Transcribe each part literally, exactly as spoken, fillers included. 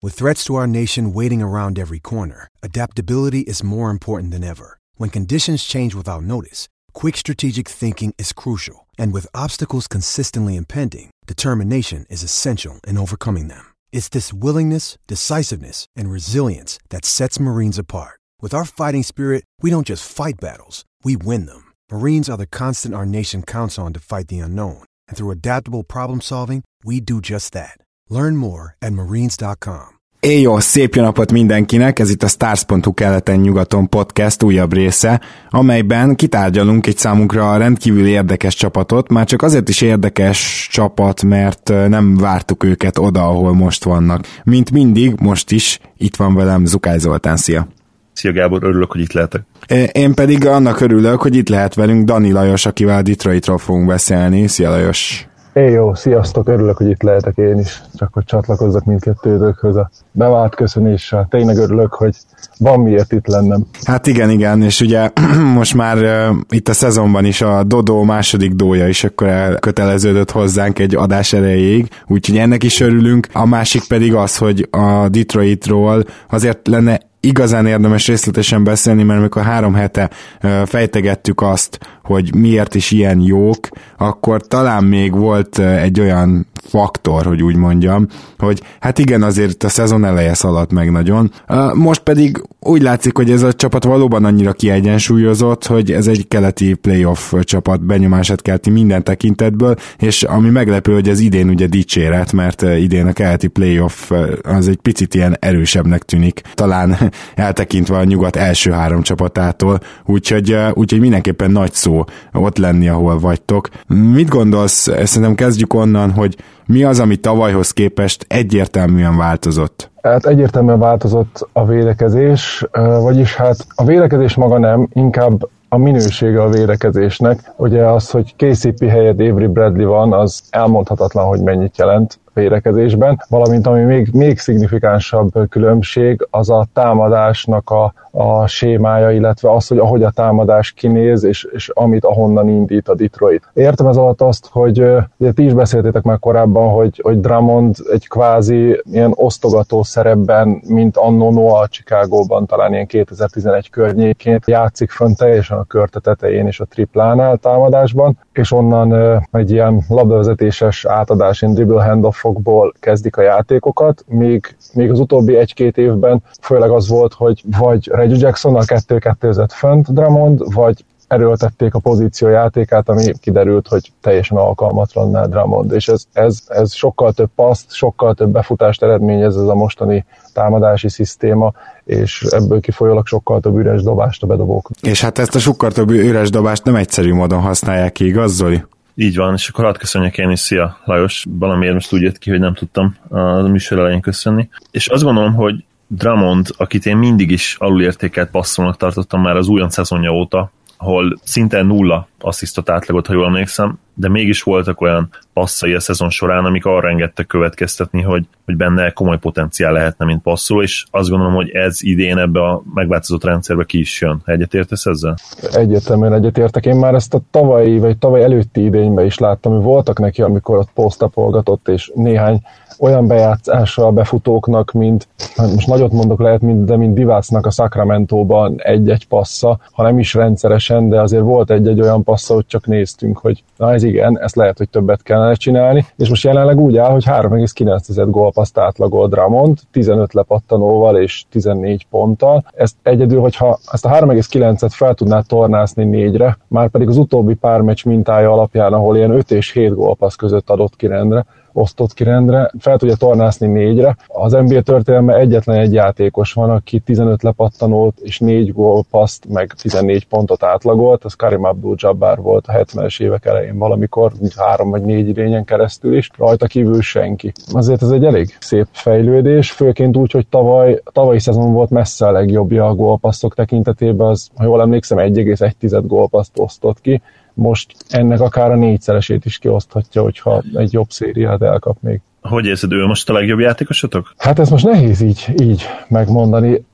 With threats to our nation waiting around every corner, adaptability is more important than ever. When conditions change without notice, quick strategic thinking is crucial. And with obstacles consistently impending, determination is essential in overcoming them. It's this willingness, decisiveness, and resilience that sets Marines apart. With our fighting spirit, we don't just fight battles, we win them. Marines are the constant our nation counts on to fight the unknown. And through adaptable problem solving, we do just that. Learn more at marines dot com. Éjjó, szép jó napot mindenkinek, ez itt a Stars pont hu keleten-nyugaton podcast újabb része, amelyben kitárgyalunk egy számunkra rendkívül érdekes csapatot, már csak azért is érdekes csapat, mert nem vártuk őket oda, ahol most vannak. Mint mindig, most is itt van velem Zukály Zoltán, szia! Szia Gábor, örülök, hogy itt lehetek. Én pedig annak örülök, hogy itt lehet velünk Dani Lajos, akivel a Detroitról fogunk beszélni. Szia Lajos! Éj jó, sziasztok, örülök, hogy itt lehetek én is, csak hogy csatlakozzak mindkettőtökhöz a bevált köszönéssel. Tényleg örülök, hogy van miért itt lennem. Hát igen, igen, és ugye most már uh, itt a szezonban is a Dodó második dója is akkor elköteleződött hozzánk egy adás erejéig, úgyhogy ennek is örülünk. A másik pedig az, hogy a Detroitról azért lenne igazán érdemes részletesen beszélni, mert amikor három hete fejtegettük azt, hogy miért is ilyen jók, akkor talán még volt egy olyan faktor, hogy úgy mondjam, hogy hát igen, azért a szezon eleje szaladt meg nagyon. Most pedig úgy látszik, hogy ez a csapat valóban annyira kiegyensúlyozott, hogy ez egy keleti playoff csapat, benyomását kelti minden tekintetből, és ami meglepő, hogy ez idén ugye dicséret, mert idén a keleti playoff az egy picit ilyen erősebbnek tűnik, talán eltekintve a nyugat első három csapatától, úgyhogy, úgyhogy mindenképpen nagy szó ott lenni, ahol vagytok. Mit gondolsz, szerintem kezdjük onnan, hogy mi az, ami tavalyhoz képest egyértelműen változott? Hát egyértelműen változott a védekezés, vagyis hát a védekezés maga nem, inkább a minősége a védekezésnek. Ugye az, hogy ká cé pé helyett Avery Bradley van, az elmondhatatlan, hogy mennyit jelent védekezésben, valamint ami még, még szignifikánsabb különbség, az a támadásnak a, a sémája, illetve az, hogy ahogy a támadás kinéz, és, és amit ahonnan indít a Detroit. Értem ez alatt azt, hogy ugye ti is beszéltétek már korábban, hogy, hogy Drummond egy kvázi ilyen osztogató szerepben, mint annó Noah Chicagóban, talán ilyen kétezer-tizenegy környékén játszik fönn teljesen a körte tetején és a triplánál támadásban, és onnan egy ilyen labdavezetéses átadás, ilyen dribble handoffokból kezdik a játékokat, még, még az utóbbi egy-két évben főleg az volt, hogy vagy Reggie Jacksonnal kettő-kettőzött fönt Drummond, vagy erőltették a pozíciójátékát, ami kiderült, hogy teljesen alkalmatlanná Drummond, és ez, ez, ez sokkal több paszt, sokkal több befutást eredményez ez a mostani támadási szisztéma, és ebből kifolyólag sokkal több üres dobást a bedobók. És hát ezt a sokkal több üres dobást nem egyszerű módon használják ki, igaz, Zoli? Így van, és akkor hadd köszönjek én is, szia Lajos, valamiért most úgy jött ki, hogy nem tudtam a műsor elején köszönni. És azt gondolom, hogy Drummond, akit én mindig is alulértékelt passzolnak tartottam már az újonc szezonja óta, ahol szinte nulla asszisztot átlagot, ha jól emlékszem, de mégis voltak olyan passzai a szezon során, amik arra engedtek következtetni, hogy, hogy benne komoly potenciál lehetne, mint passzoló, és azt gondolom, hogy ez idén ebbe a megváltozott rendszerbe ki is jön. Egyetértesz ezzel? Egyértelműen egyetértek. Én már ezt a tavalyi, vagy tavaly előtti idényben is láttam, hogy voltak neki, amikor ott posztapolgatott, és néhány olyan bejátszása a befutóknak, mint, most nagyot mondok lehet, mint, de mint Divácnak a Sacramento-ban egy-egy passza, ha nem is rendszeresen, de azért volt egy-egy olyan passza, hogy csak néztünk, hogy na ez igen, ezt lehet, hogy többet kellene csinálni, és most jelenleg úgy áll, hogy három egész kilenc gólpasszt átlagol Drummond, tizenöt lepattanóval és tizennégy ponttal. Ezt egyedül, hogyha ezt a három egész kilencet fel tudná tornászni négyre, már pedig az utóbbi pár meccs mintája alapján, ahol ilyen öt és hét gólpassz között adott ki rendre, osztott ki rendre, fel tudja tornászni négyre. Az en bé á történelemben egyetlen egy játékos van, aki tizenöt lepattanót és négy gólpasszt, meg tizennégy pontot átlagolt, az Karim Abdul-Jabbar volt a hetvenes évek elején valamikor, három vagy négy idényen keresztül is, rajta kívül senki. Azért ez egy elég szép fejlődés, főként úgy, hogy tavaly, tavalyi szezon volt messze a legjobbja a gólpasszok tekintetében, az, ha jól emlékszem, egy egész egy gólpasszt osztott ki, most ennek akár a négyszeresét is kioszthatja, hogyha egy jobb szériát elkap még. Hogy érzed, ő most a legjobb játékosotok? Hát ez most nehéz így, így megmondani.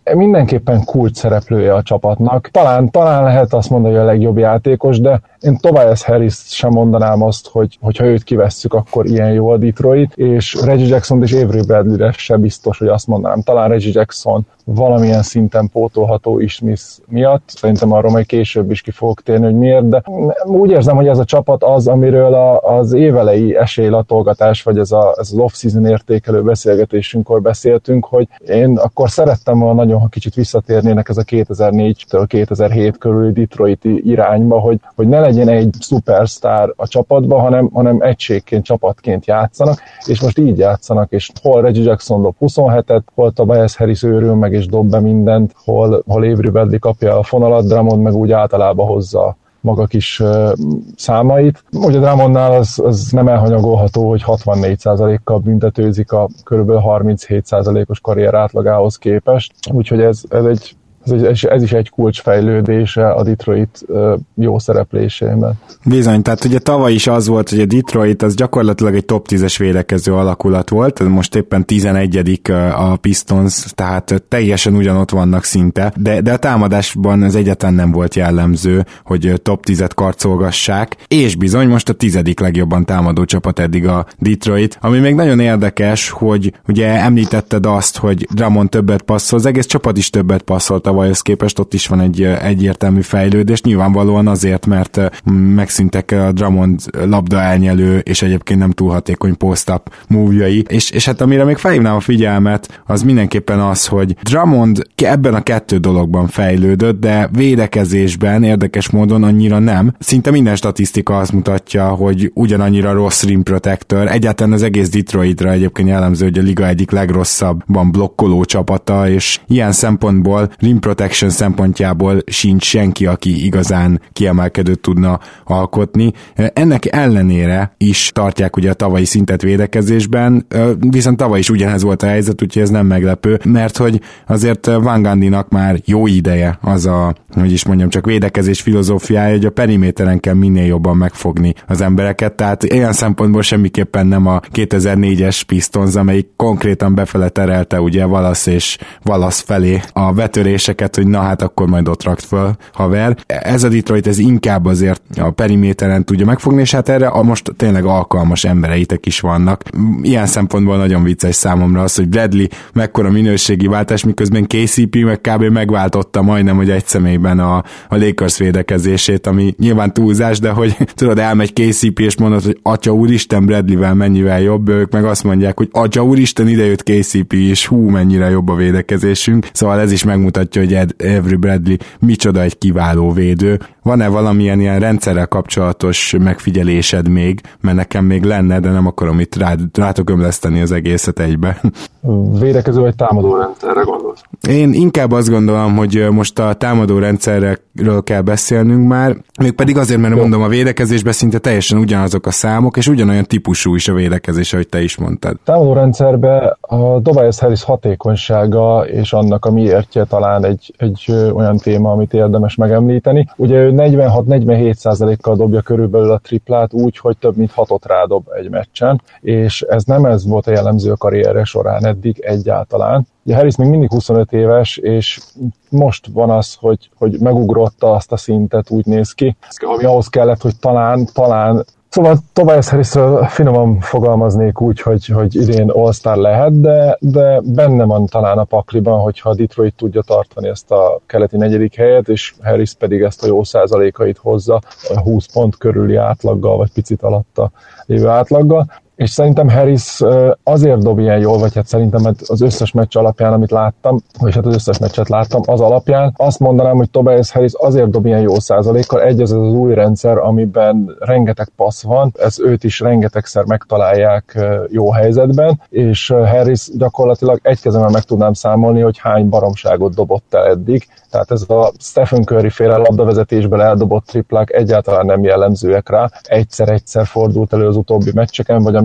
mindenképpen kulcs szereplője a csapatnak. Talán, talán lehet azt mondani, hogy a legjobb játékos, de én Tobias Harris sem mondanám azt, hogy hogyha őt kivesszük, akkor ilyen jó a Detroit, és Reggie Jackson és Avery Bradley-re sem biztos, hogy azt mondanám. Talán Reggie Jackson valamilyen szinten pótolható is Smith miatt. Szerintem arról majd később is ki fogok térni, hogy miért, de úgy érzem, hogy ez a csapat az, amiről a, az évelei esélylatolgatás, vagy ez, a, ez az off-season értékelő beszélgetésünkkor beszéltünk, hogy én akkor szerettem volna nagyon, ha kicsit visszatérnének ez a kétezer-négytől kétezer-hét körüli Detroiti irányba, hogy, hogy ne legyen egy szupersztár a csapatban, hanem, hanem egységként, csapatként játszanak, és most így játszanak, és hol Reggie Jackson dob huszonhetet, hol Tobias Harris őrül meg és dob be mindent, hol, hol Avery Bradley kapja a fonalat, Drummond meg úgy általában hozza maga kis uh, számait. Ugye Drummondnál az, az nem elhanyagolható, hogy hatvannégy százalékkal büntetőzik a kb. harminchét százalékos karrier átlagához képest, úgyhogy ez, ez egy Ez, egy, ez is egy kulcsfejlődése a Detroit uh, jó szereplésében. Bizony, tehát ugye tavaly is az volt, hogy a Detroit az gyakorlatilag egy top tízes védekező alakulat volt, most éppen tizenegyedik a Pistons, tehát teljesen ugyanott vannak szinte, de, de a támadásban ez egyáltalán nem volt jellemző, hogy top tízet karcolgassák, és bizony most a tizedik legjobban támadó csapat eddig a Detroit, ami még nagyon érdekes, hogy ugye említetted azt, hogy Drummond többet passzol, az egész csapat is többet passzolt tavalyhoz képest, ott is van egy egyértelmű fejlődés, nyilvánvalóan azért, mert megszűntek a Drummond labda elnyelő, és egyébként nem túl hatékony post-up move-jai, és, és hát amire még felhívnám a figyelmet, az mindenképpen az, hogy Drummond ebben a kettő dologban fejlődött, de védekezésben érdekes módon annyira nem. Szinte minden statisztika azt mutatja, hogy ugyanannyira rossz rim protector, egyáltalán az egész Detroitra egyébként jellemző, hogy a liga egyik legrosszabban blokkoló csapata, és ilyen szempontból rim protection szempontjából sincs senki, aki igazán kiemelkedőt tudna alkotni. Ennek ellenére is tartják ugye a tavalyi szintet védekezésben, viszont tavaly is ugyanez volt a helyzet, úgyhogy ez nem meglepő, mert hogy azért Van Gundynak már jó ideje az a, hogy is mondjam, csak védekezés filozófiája, hogy a periméteren kell minél jobban megfogni az embereket, tehát ilyen szempontból semmiképpen nem a kétezer-négyes Pistons, amelyik konkrétan befele terelte ugye Wallace és Wallace felé a vetöréseket, hogy na hát akkor majd ott rakt föl, haver. Ez a Detroit, ez inkább azért a periméteren tudja megfogni, és hát erre a most tényleg alkalmas embereitek is vannak. Ilyen szempontból nagyon vicces számomra az, hogy Bradley mekkora minőségi váltás, miközben ká cé pé meg kb. Megváltotta majdnem, hogy egy személyben a, a Lakers védekezését, ami nyilván túlzás, de hogy tudod, elmegy ká cé pé és mondod, hogy atya úristen, Bradleyvel mennyivel jobb, ők meg azt mondják, hogy atya úristen, idejött ká cé pé, és hú, mennyire jobb a védekezésünk. Szóval ez is megmutatja, hogy Avery Bradley micsoda egy kiváló védő. Van-e valamilyen ilyen rendszerrel kapcsolatos megfigyelésed még? Mert nekem még lenne, de nem akarom itt rád, rátok ömleszteni az egészet egybe. Védekező vagy támadó rendszerre gondolsz? Én inkább azt gondolom, hogy most a támadó rendszerről kell beszélnünk már, még pedig azért, mert mondom, a védekezésben szinte teljesen ugyanazok a számok, és ugyanolyan típusú is a védekezés, ahogy te is mondtad. Támadó rendszerben a Tobias Harris hatékonysága és annak a miértje talán egy, egy olyan téma, amit érdemes megemlíteni. Ugye ő negyvenhat-negyvenhét százalékkal dobja körülbelül a triplát úgy, hogy több mint hatot rádob egy meccsen, és ez nem ez volt a jellemző a karrierje során eddig egyáltalán. Ugye Harris még mindig huszonöt éves, és most van az, hogy, hogy megugrotta azt a szintet, úgy néz ki, ami ahhoz kellett, hogy talán, talán Szóval Tobias Harrisről finoman fogalmaznék úgy, hogy, hogy idén All-Star lehet, de, de benne van talán a pakliban, hogyha Detroit tudja tartani ezt a keleti negyedik helyet, és Harris pedig ezt a jó százalékait hozza, húsz pont körüli átlaggal, vagy picit alatta lévő átlaggal. És szerintem Harris azért dob ilyen jól, vagy hát szerintem az összes meccs alapján, amit láttam, vagy hát az összes meccset láttam, az alapján azt mondanám, hogy Tobias Harris azért dob ilyen jó százalékkal. Egy az az új rendszer, amiben rengeteg passz van, ez őt is rengetegszer megtalálják jó helyzetben, és Harris gyakorlatilag egy kezemmel meg tudnám számolni, hogy hány baromságot dobott el eddig. Tehát ez a Stephen Curry féle labdavezetésből eldobott triplák egyáltalán nem jellemzőek rá. Egyszer-egyszer fordult elő az utóbbi meccseken, vagy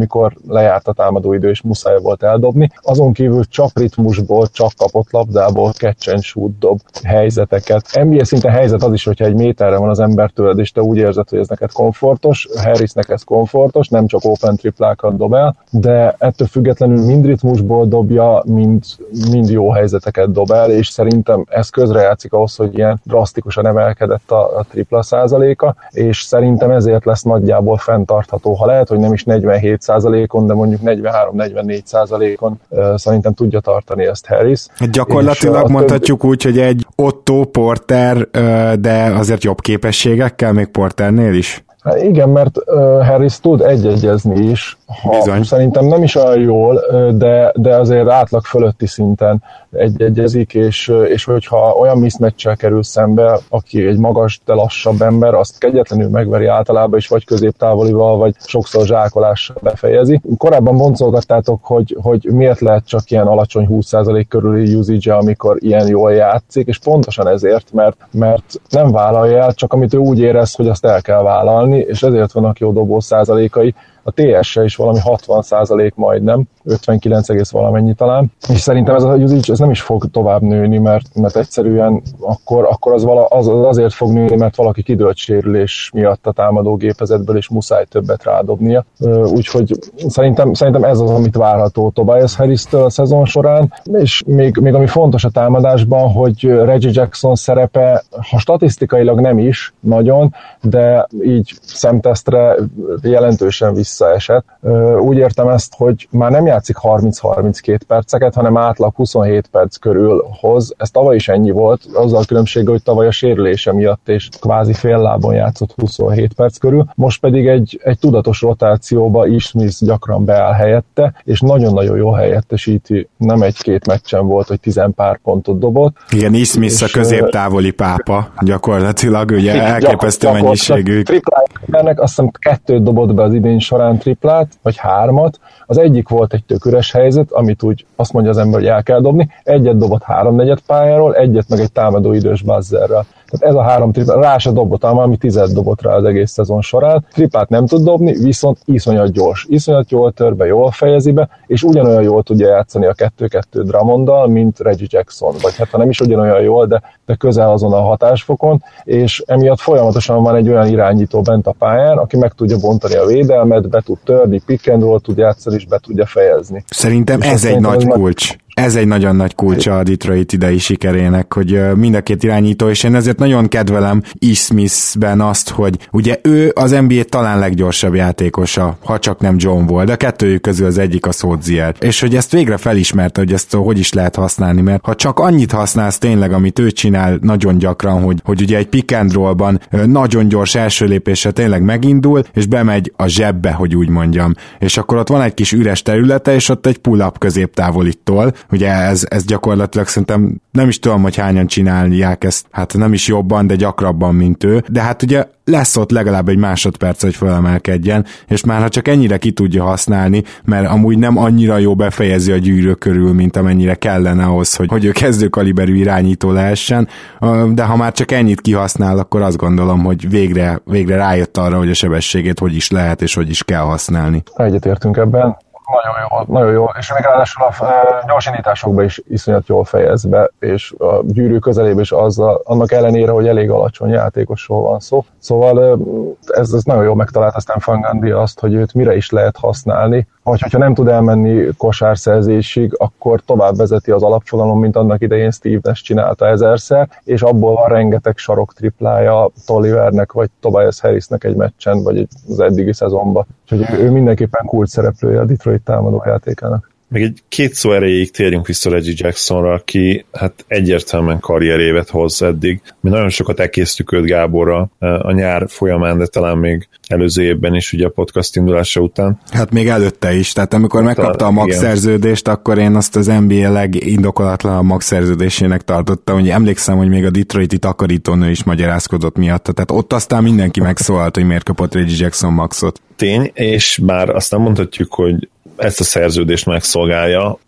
amikor lejárt a támadóidő, és muszáj volt eldobni. Azon kívül csak ritmusból, csak kapott labdából catch and shoot dob helyzeteket. en bé á szinten helyzet az is, hogyha egy méterre van az ember tőled, és te úgy érzed, hogy ez neked komfortos, Harrisnek ez komfortos, nem csak open triplákat dob el, de ettől függetlenül mind ritmusból dobja, mind, mind jó helyzeteket dob el, és szerintem ez közrejátszik ahhoz, hogy ilyen drasztikusan emelkedett a, a tripla százaléka, és szerintem ezért lesz nagyjából fenntartható, ha lehet, hogy nem is negyvenhét százalékon, de mondjuk negyvenhárom-negyvennégy százalékon uh, szerintem tudja tartani ezt Harris. Gyakorlatilag és, uh, mondhatjuk több... úgy, hogy egy Otto Porter, uh, de azért jobb képességekkel, még Porternél is. Hát igen, mert uh, Harris tud egy-egyezni is, ha szerintem nem is olyan jól, de, de azért átlag fölötti szinten egy-egyezik, és, és hogyha olyan mismatch-sel kerül szembe, aki egy magas, de lassabb ember, azt kegyetlenül megveri általában, és vagy középtávolival, vagy sokszor zsákolással befejezi. Korábban boncolgattátok, hogy, hogy miért lehet csak ilyen alacsony húsz százalék körüli usage, amikor ilyen jól játszik, és pontosan ezért, mert, mert nem vállalja el, csak amit ő úgy érez, hogy azt el kell vállalni, és ezért vannak jó dobó százalékai. A té es-se is valami hatvan százalék majdnem, ötvenkilenc egész valamennyi talán, és szerintem ez a usage ez nem is fog tovább nőni, mert, mert egyszerűen akkor, akkor az, vala, az azért fog nőni, mert valaki kidőlt sérülés miatt a támadógépezetből, és muszáj többet rádobnia. Úgyhogy szerintem, szerintem ez az, amit várható Tobias Harris-től a szezon során, és még, még ami fontos a támadásban, hogy Reggie Jackson szerepe, ha statisztikailag nem is nagyon, de így szemtesztre jelentősen visszaesett. Úgy értem ezt, hogy már nem játszik harminc-harminckét perceket, hanem átlag huszonhét perc körül hoz. Ez tavaly is ennyi volt, azzal a különbséggel, hogy tavaly a sérülése miatt és kvázi fél lábon játszott huszonhét perc körül. Most pedig egy, egy tudatos rotációba is Smith gyakran beáll helyette, és nagyon-nagyon jó helyettesíti. Nem egy-két meccsen volt, hogy tizen pár pontot dobott. Igen, Smith a középtávoli pápa gyakorlatilag, ugye elképesztő mennyiségű. Triplájának azt hiszem kettőt dobott be az idén során triplát, vagy hármat. Az egyik volt egy tök üres helyzet, amit úgy azt mondja az ember, hogy el kell dobni. Egyet dobott háromnegyed pályáról, egyet meg egy támadó idős buzzerrel. Tehát ez a három triplát, rá se dobott, ami tizet dobott rá az egész szezon során. Triplát nem tud dobni, viszont iszonyat gyors. Iszonyat jól tör be, jól fejezi be, és ugyanolyan jól tudja játszani a kettő-kettő Drummonddal, mint Reggie Jackson. Vagy hát ha nem is ugyanolyan jól, de, de közel azon a hatásfokon, és emiatt folyamatosan van egy olyan irányító bent a pályán, aki meg tudja bontani a védelmet, be tud törni, pick and roll tud játszani, és be tudja fejezni. Szerintem és ez egy nagy kulcs. Ez egy nagyon nagy kulcsa a Detroit idei sikerének, hogy mind a két irányító, és én ezért nagyon kedvelem E. Smith-ben azt, hogy ugye ő az en bé á talán leggyorsabb játékosa, ha csak nem John Wall, de a kettőjük közül az egyik a Sodzier. És hogy ezt végre felismerte, hogy ezt hogy is lehet használni, mert ha csak annyit használsz tényleg, amit ő csinál nagyon gyakran, hogy, hogy ugye egy pick and rollban nagyon gyors első lépésre tényleg megindul, és bemegy a zsebbe, hogy úgy mondjam. És akkor ott van egy kis üres területe, és ott egy pull-up középtávolitól. Ugye ez, ez gyakorlatilag szerintem nem is tudom, hogy hányan csinálják ezt, hát nem is jobban, de gyakrabban, mint ő, de hát ugye lesz ott legalább egy másodperc, hogy felemelkedjen, és már ha csak ennyire ki tudja használni, mert amúgy nem annyira jó befejezi a gyűrű körül, mint amennyire kellene ahhoz, hogy, hogy ő kezdőkaliberű irányító lehessen, de ha már csak ennyit kihasznál, akkor azt gondolom, hogy végre, végre rájött arra, hogy a sebességét hogy is lehet, és hogy is kell használni. Egyetértünk ebben. Nagyon jó, nagyon jó, és még ráadásul a gyorsindításokban is iszonyat jól fejez be, és a gyűrű közelében is azzal, annak ellenére, hogy elég alacsony játékosról van szó. Szóval ez, ez nagyon jól megtalált aztán Van Gundy azt, hogy őt mire is lehet használni, vagy hogyha nem tud elmenni kosárszerzésig, akkor tovább vezeti az alapvonalon, mint annak idején Steve Nash csinálta ezerszer, és abból van rengeteg sarok triplája Tollivernek, vagy Tobias Harrisnek egy meccsen, vagy az eddigi szezonban. Úgyhogy ő mindenképpen kulcs szereplője a Detroit támadójátékának. Még egy két szó erejéig térjünk vissza Reggie Jacksonra, aki hát egyértelműen karrierévet hoz eddig. Mi nagyon sokat elkésztük őt Gáborra a nyár folyamán, de talán még előző évben is, ugye a podcast indulása után. Hát még előtte is, tehát amikor megkapta a max szerződést, akkor én azt az en bé á legindokolatlan max szerződésének tartottam, hogy emlékszem, hogy még a detroiti takarítónő is magyarázkodott miatta, tehát ott aztán mindenki megszólalt, hogy miért kapott Reggie Jackson maxot. Tény, és bár azt nem mondhatjuk, hogy ezt a szerződést megszolgálja,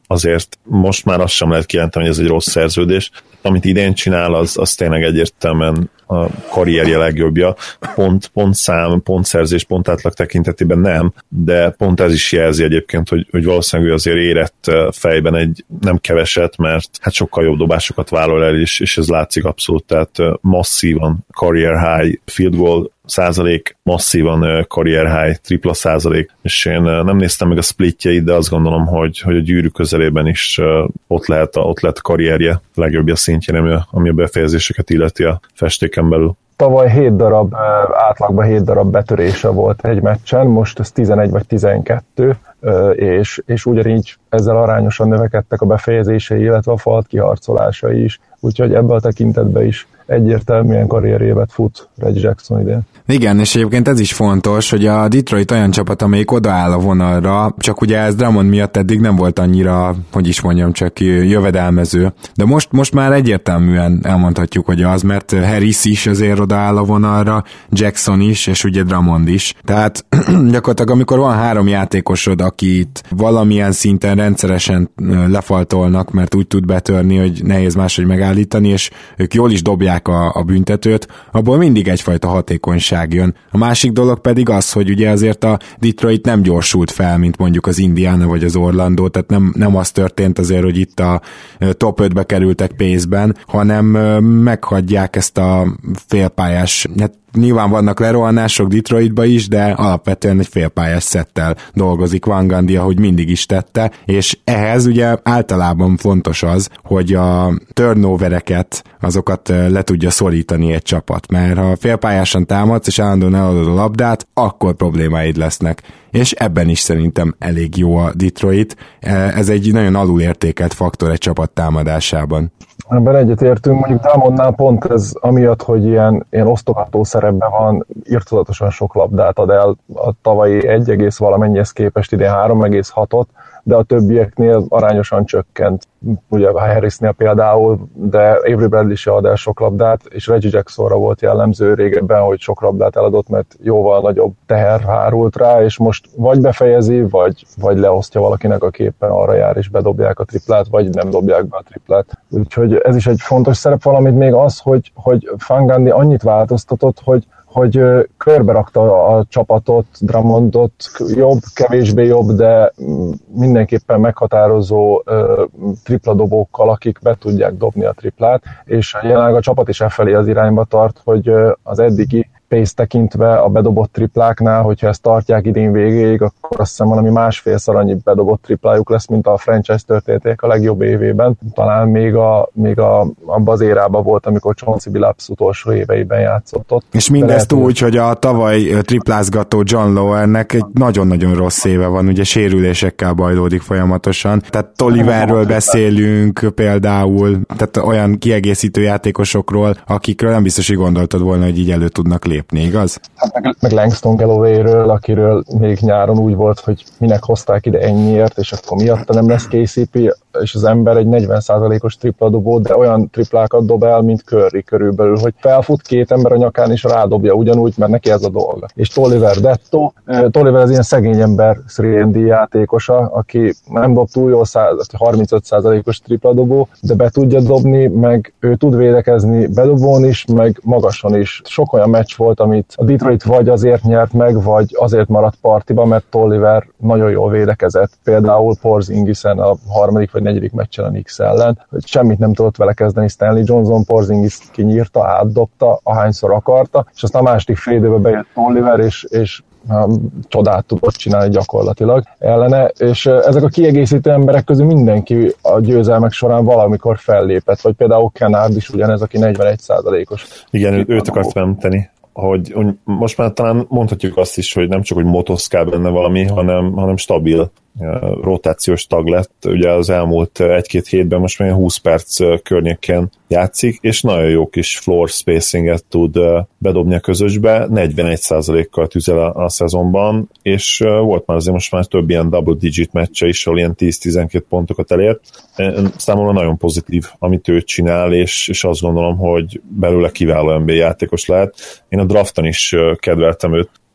azért most már azt sem lehet kijelenteni, hogy ez egy rossz szerződés. Amit idén csinál, az, az tényleg egyértelműen a karrierje legjobbja. Pont, pont szám, pontszerzés, pontátlag tekintetében nem, de pont ez is jelzi egyébként, hogy, hogy valószínűleg azért érett fejben egy nem keveset, mert hát sokkal jobb dobásokat vállal el, és, és ez látszik abszolút, tehát masszívan career high field goal százalék, masszívan career high tripla százalék, és én nem néztem meg a splitjeit, de azt gondolom, hogy, hogy a gyűrű közelében is ott lehet a, ott lehet a karrierje legjobbja szintjén, ami a, ami a befejezéseket illeti a festéken belül. Tavaly hét darab, átlagban hét darab betörése volt egy meccsen, most ez tizenegy vagy tizenkettő, és, és ugyanígy ezzel arányosan növekedtek a befejezései, illetve a falt kiharcolásai is, úgyhogy ebből a tekintetben is egyértelműen karrierjévet fut Reggie Jackson idén. Igen, és egyébként ez is fontos, hogy a Detroit olyan csapat, amelyik odaáll a vonalra, csak ugye ez Drummond miatt eddig nem volt annyira, hogy is mondjam, csak jövedelmező. De most, most már egyértelműen elmondhatjuk, hogy az, mert Harris is azért odaáll a vonalra, Jackson is, és ugye Drummond is. Tehát gyakorlatilag amikor van három játékosod, akit valamilyen szinten rendszeresen lefaltolnak, mert úgy tud betörni, hogy nehéz máshogy megállítani, és ők jól is dobják A, a büntetőt, abból mindig egyfajta hatékonyság jön. A másik dolog pedig az, hogy ugye azért a Detroit nem gyorsult fel, mint mondjuk az Indiana vagy az Orlando, tehát nem, nem az történt azért, hogy itt a top ötbe kerültek pace-ben, hanem meghagyják ezt a félpályás, hát nyilván vannak lerohanások Detroitba is, de alapvetően egy félpályás szettel dolgozik Van Gundy, ahogy mindig is tette, és ehhez ugye általában fontos az, hogy a turnovereket, azokat le tudja szorítani egy csapat, mert ha félpályásan támadsz, és állandóan eladod a labdát, akkor problémáid lesznek. És ebben is szerintem elég jó a Detroit. Ez egy nagyon alulértékelt faktor egy csapat támadásában. Ebben egyetértünk, mondjuk Drummondnál pont ez amiatt, hogy ilyen, ilyen osztogató szerepben van, irtózatosan sok labdát ad el, a tavalyi egy egész valamennyihez képest idén három egész hatot, de a többieknél arányosan csökkent. Ugye a Harrisnél például, de Avery Bradley se ad el sok labdát, és Reggie Jacksonra volt jellemző régebben, hogy sok labdát eladott, mert jóval nagyobb teher hárult rá, és most vagy befejezi, vagy, vagy leosztja valakinek, a képen arra jár, és bedobják a triplát, vagy nem dobják be a triplát. Úgyhogy ez is egy fontos szerep, valamit még az, hogy, hogy Van Gundy annyit változtatott, hogy hogy körbe rakta a csapatot, Drummondot, jobb, kevésbé jobb, de mindenképpen meghatározó tripladobókkal, akik be tudják dobni a triplát, és jelenleg a csapat is e felé az irányba tart, hogy az eddigi pace tekintve a bedobott tripláknál, hogyha ezt tartják idén végéig, akkor azt hiszem valami másfélszer annyi bedobott triplájuk lesz, mint a franchise történeték a legjobb évében. Talán még, a, még a, abban az érában volt, amikor Chauncey Billups utolsó éveiben játszott ott. És mindezt lehet, úgy, hogy a tavaly triplázgató John Lowernek egy nagyon-nagyon rossz éve van, ugye sérülésekkel bajlódik folyamatosan. Tehát Tolliverről beszélünk például, tehát olyan kiegészítő játékosokról, akikről nem biztos, hogy gondoltad volna, hogy így elő tudnak lépni. Lépni, igaz? Hát meg, meg Langston Galloway-ről, akiről még nyáron úgy volt, hogy minek hozták ide ennyiért, és akkor miatta nem lesz ká cé pé, és az ember egy negyven százalékos tripladobó, de olyan triplákat dob el, mint Curry körülbelül, hogy felfut két ember a nyakán, és rádobja ugyanúgy, mert neki ez a dolga. És Tolliver Detto, Tolliver az ilyen szegény ember három and D játékosa, aki nem dob túl jól harmincöt százalékos tripladobó, de be tudja dobni, meg ő tud védekezni bedobón is, meg magason is. Sok olyan meccs volt, amit a Detroit vagy azért nyert meg, vagy azért maradt partiba, mert Tolliver nagyon jól védekezett. Például Porzingisen a harmadik vagy negyedik meccsen a Knicks ellen, hogy semmit nem tudott vele kezdeni Stanley Johnson, Porzingis kinyírta, átdobta, ahányszor akarta, és aztán a második fél időben bejött Tolliver, és, és csodát tudott csinálni gyakorlatilag ellene, és ezek a kiegészítő emberek közül mindenki a győzelmek során valamikor fellépett, vagy például Kennard is ugyanez, aki negyvenegy százalékos. Igen, őt akartam említeni, hogy most már talán mondhatjuk azt is, hogy nem csak, hogy motoszkál benne valami, hanem, hanem stabil rotációs tag lett. Ugye az elmúlt egy-két hétben most már húsz perc környéken játszik, és nagyon jó kis floor spacinget tud bedobni a közösbe, negyvenegy százalékkal tüzel a, a szezonban, és volt már azért most már több ilyen double digit meccse is, ahol ilyen tíz-tizenkét pontokat elért. Számomra nagyon pozitív, amit ő csinál, és, és azt gondolom, hogy belőle kiváló en bé á játékos lehet. Én a drafton is kedveltem őt,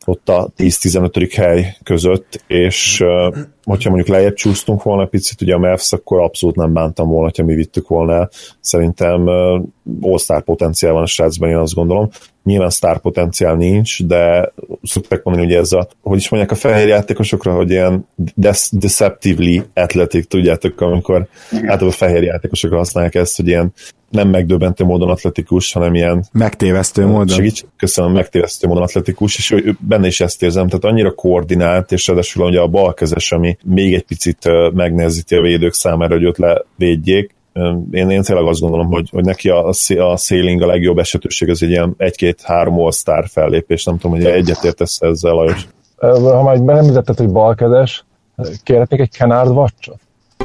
ott a tíz-tizenötödik hely között, és hogyha mondjuk lejjebb csúsztunk volna picit, ugye a Mavs, akkor abszolút nem bántam volna, ha mi vittük volna el. Szerintem all-star potenciál van a srácban, én azt gondolom. Nyilván sztár potenciál nincs, de szokták mondani, hogy ez a, hogy is mondják a fehér játékosokra, hogy ilyen deceptively athletic, tudjátok, amikor általában a fehér játékosokra használják ezt, hogy ilyen nem megdöbbentő módon atletikus, hanem ilyen megtévesztő módon. Segíts, köszönöm, megtévesztő módon atletikus, és ő, benne is ezt érzem, tehát annyira koordinált, és ráadásul ugye a balkezes, ami még egy picit megnehezíti a védők számára, hogy őt levédjék. Én, én tényleg azt gondolom, hogy, hogy neki a, a ceiling, a legjobb esetőség az egy ilyen egy-két-három all-star fellépés, nem tudom, hogy egyetértesz ezzel, Lajos. Ha már nem említetted, hogy balkezes, kérhetnék egy Kennard Watch-ot?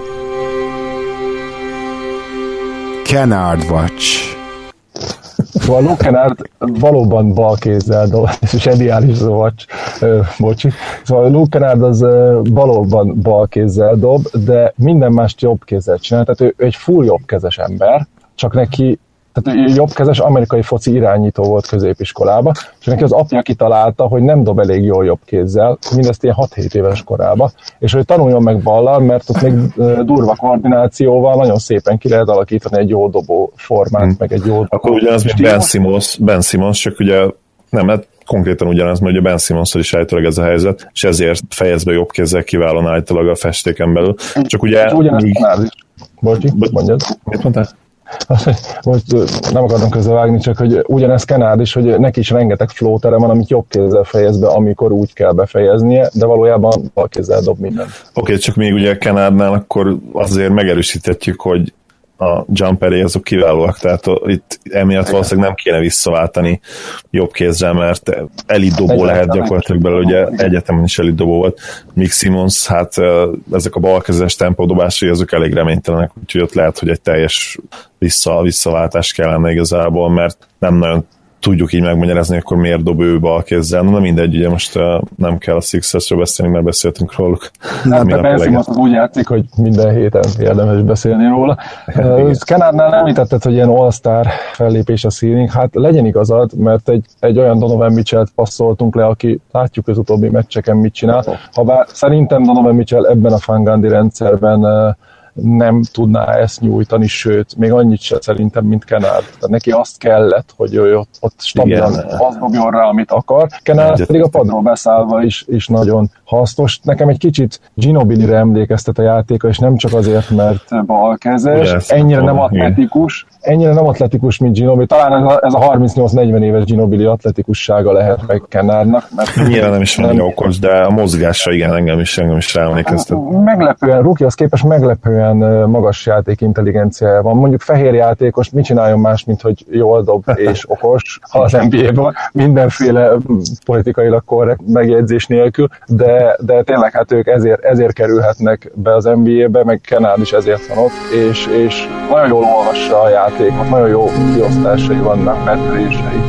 Kennard Watch. Szóval Luke Kennard valóban balkézzel dob, és ideális Watch, uh, bocsi. Szóval Luke Kennard az uh, valóban balkézzel dob, de minden mást jobbkézzel csinál, tehát ő, ő egy full jobbkezes ember, csak neki, tehát jobbkezes amerikai foci irányító volt középiskolában, és neki az apja kitalálta, hogy nem dob elég jól jobb kézzel, mindezt ilyen hat-hét éves korában, és hogy tanuljon meg ballal, mert ott még durva koordinációval nagyon szépen ki lehet alakítani egy jó dobó formát, hmm. meg egy jó dobó. Akkor ugyanaz, mint Ben Simmons, Ben Simmons, csak ugye nem, hát konkrétan ugyanaz, mert ugye Ben Simmons-szal is állítólag ez a helyzet, és ezért fejez be jobb kézzel kiválóan állítólag a festéken belül. Csak ugye... Ugyanaz míg... is. Bocsi, mondjad. Mit mondtál? Most nem akarom közbevágni, csak hogy ugyanez Kennard is, hogy neki is rengeteg floatere van, amit jobb kézzel fejez be, amikor úgy kell befejeznie, de valójában bal kézzel dob mindent. Oké, okay, csak még ugye Kennardnál akkor azért megerősíthetjük, hogy a jumperé azok kiválóak, tehát itt emiatt valószínűleg nem kéne visszaváltani jobb kézzel, mert elit dobó lehet gyakorlatilag belőle, ugye egyetemen is elit dobó volt. Mick Simmons, hát ezek a balkezes tempódobásai, azok elég reménytelenek, úgyhogy ott lehet, hogy egy teljes vissza, visszaváltás kellene igazából, mert nem nagyon tudjuk így megmagyarázni, akkor miért dob ő balkézzel. Na mindegy, ugye most uh, nem kell a Sixersről beszélni, mert beszéltünk róluk. Nem, de persze most úgy játszik, hogy minden héten érdemes beszélni róla. Kennardnál említetted, hogy ilyen all-star fellépés a ceiling, hát legyen igazad, mert egy, egy olyan Donovan Mitchell-t passzoltunk le, aki látjuk az utóbbi meccseken mit csinál. Habár szerintem Donovan Mitchell ebben a Van Gundy rendszerben uh, nem tudná ezt nyújtani, sőt, még annyit se szerintem, mint Kennard. Tehát neki azt kellett, hogy ő ott, ott stabilan azt dobjon rá, amit akar. Kennard pedig a padról beszállva is, is nagyon hasznos. Nekem egy kicsit Ginobili-re emlékeztet a játéka, és nem csak azért, mert balkezes, ennyire nem atletikus, ennyire nem atletikus, mint Ginobili. Talán ez a, ez a harmincnyolc-negyven éves Ginobili atletikussága lehet meg Kennardnak. Nyilván nem is van okos, de a mozgása igen, engem is, engem is ráemlékeztet. Meglepően, Rukihoz képest meglepően magas játék intelligenciája van. Mondjuk fehér játékos mit csináljon más, mint hogy jól dob és okos az en bé á-ban, mindenféle politikailag korrekt megjegyzés nélkül, de, de tényleg hát ők ezért, ezért kerülhetnek be az en bé á-be, meg Kennard is ezért van ott, és, és nagyon jól olvassa a játékot, nagyon jó kiosztásai vannak, betörései.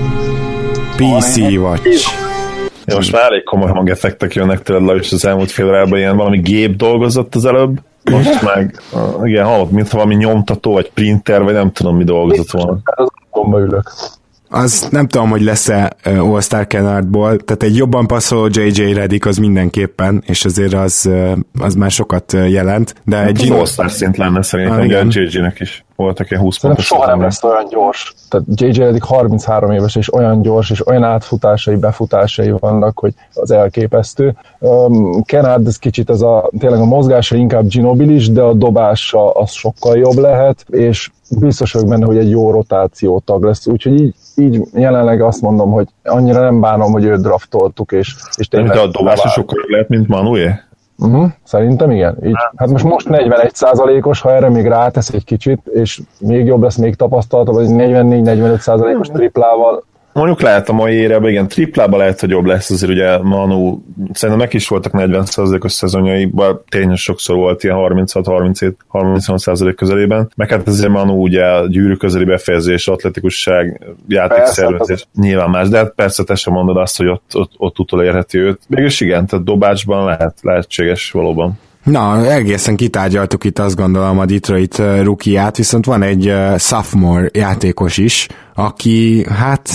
pé cé Watch. Ja, most már elég komoly hangeffektek jönnek tőled, Lajos, az elmúlt fél órában ilyen valami gép dolgozott az előbb, most meg, uh, igen, hallott, mintha valami nyomtató, vagy printer, vagy nem tudom, mi dolgozott volna. Az gomba ülök. Az nem tudom, hogy lesz-e All-Star Kennardból, tehát egy jobban passzoló jé jé Redick az mindenképpen, és azért az, az már sokat jelent. De egy Gino... All-Star szint lenne szerintem, ugye a jé jének is voltak ilyen húsz pontos. Soha nem lesz olyan gyors. Tehát jé jé Redick harminchárom éves, és olyan gyors, és olyan átfutásai, befutásai vannak, hogy az elképesztő. Um, Kennard, ez kicsit ez a, tényleg a mozgása inkább Ginobili-s, de a dobása az sokkal jobb lehet, és biztos vagyok benne, hogy egy jó rotáció tag lesz, úgyhogy így, így jelenleg azt mondom, hogy annyira nem bánom, hogy őt draftoltuk, és, és tényleg... De a dobása sokkal jobb lehet, mint Manué? Uh-huh, szerintem igen. Így, hát most most negyvenegy százalékos, ha erre még rátesz egy kicsit, és még jobb lesz, még tapasztaltabb, vagy negyvennégy-negyvenöt százalékos triplával. Mondjuk lehet a mai érában, igen, triplában lehet, hogy jobb lesz, azért ugye Manu, szerintem meg is voltak negyven százalékos szezonjai, bár tényleg sokszor volt ilyen harminchat-harminchét-harminchat százalék közelében, meg hát azért Manu ugye gyűrű közeli befejezés, atletikusság, játékszervezés, nyilván más, de hát persze te sem mondod azt, hogy ott, ott, ott utolérheti őt. Mégis igen, tehát dobácsban lehet, lehetséges valóban. Na, egészen kitárgyaltuk itt azt gondolom a Detroit rookie-ját, viszont van egy uh, sophomore játékos is, aki hát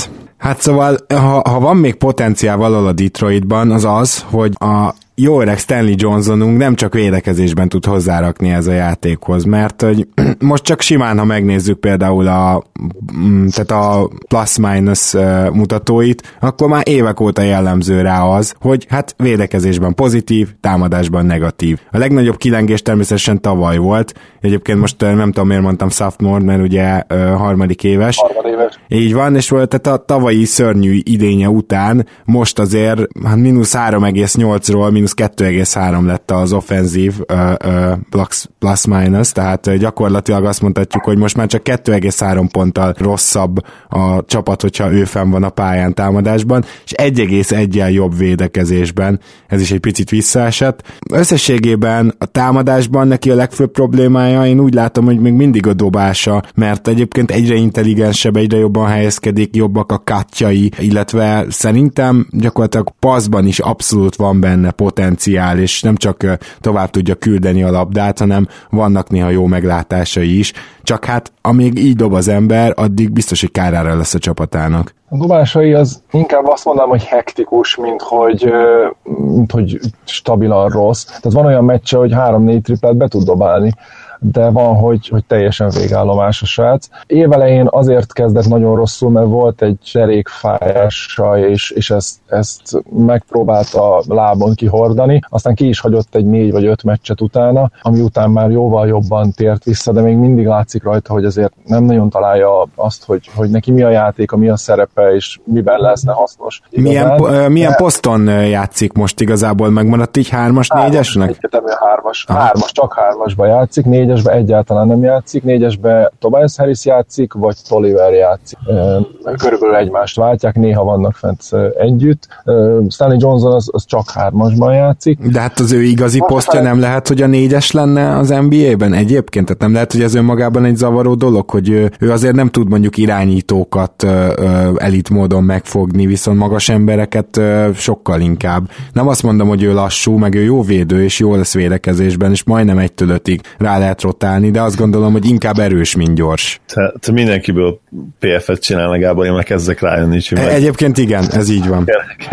Hát szóval, ha, ha van még potenciál valahol a Detroitban, az az, hogy a jó öreg Stanley Johnsonunk nem csak védekezésben tud hozzárakni ez a játékhoz, mert hogy most csak simán, ha megnézzük például a, tehát a plus-minus mutatóit, akkor már évek óta jellemző rá az, hogy hát védekezésben pozitív, támadásban negatív. A legnagyobb kilengés természetesen tavaly volt, egyébként most nem tudom miért mondtam sophomore, mert ugye harmadik éves. Harmadéves. Így van, és volt tehát a tavalyi szörnyű idénye után most azért hát mínusz három egész nyolcról mínusz kettő egész három lett az offenzív uh, uh, plus-minus, tehát uh, gyakorlatilag azt mondhatjuk, hogy most már csak kettő egész három ponttal rosszabb a csapat, hogyha ő fenn van a pályán támadásban, és egy egész egyel jobb védekezésben, ez is egy picit visszaesett. Összességében a támadásban neki a legfőbb problémája, én úgy látom, hogy még mindig a dobása, mert egyébként egyre intelligensebb, egyre jobban helyezkedik, jobbak a kátjai, illetve szerintem gyakorlatilag passzban is abszolút van benne potenciál, és nem csak tovább tudja küldeni a labdát, hanem vannak néha jó meglátásai is, csak hát amíg így dob az ember, addig biztos, hogy kárára lesz a csapatának. A dobásai az inkább azt mondanám, hogy hektikus, mint hogy, mint hogy stabilan rossz. Tehát van olyan meccse, hogy három-négy triplát be tud dobálni, de van, hogy, hogy teljesen végállomás a srác. Évelején azért kezdett nagyon rosszul, mert volt egy zserékfájása, és, és ezt, ezt megpróbálta lábon kihordani, aztán ki is hagyott egy négy vagy öt meccset utána, ami után már jóval jobban tért vissza, de még mindig látszik rajta, hogy azért nem nagyon találja azt, hogy, hogy neki mi a játéka, mi a szerepe, és miben leszne hasznos. Milyen, po- milyen de... poszton játszik most igazából? Megmaradt így hármas, hármas négyesnek? Egyetemű hármas, hármas, csak hármasba játszik, négyesbe egyáltalán nem játszik, négyesbe Tobias Harris játszik, vagy Tolliver játszik. Körülbelül egymást váltják, néha vannak fent együtt. Stanley Johnson az, az csak hármasban játszik. De hát az ő igazi most posztja fel... nem lehet, hogy a négyes lenne az en bé á-ben egyébként? Tehát nem lehet, hogy ez önmagában egy zavaró dolog, hogy ő, ő azért nem tud mondjuk irányítókat elit módon megfogni, viszont magas embereket sokkal inkább. Nem azt mondom, hogy ő lassú, meg ő jó védő, és jó lesz védekezésben, és majdnem egytől ötig rá lehet rotálni, de azt gondolom, hogy inkább erős, mint gyors. Te, te mindenkiből pé ef-et csinálnak, Gábor, én meg kezdek rájönni. Meg... Egyébként igen, ez így van.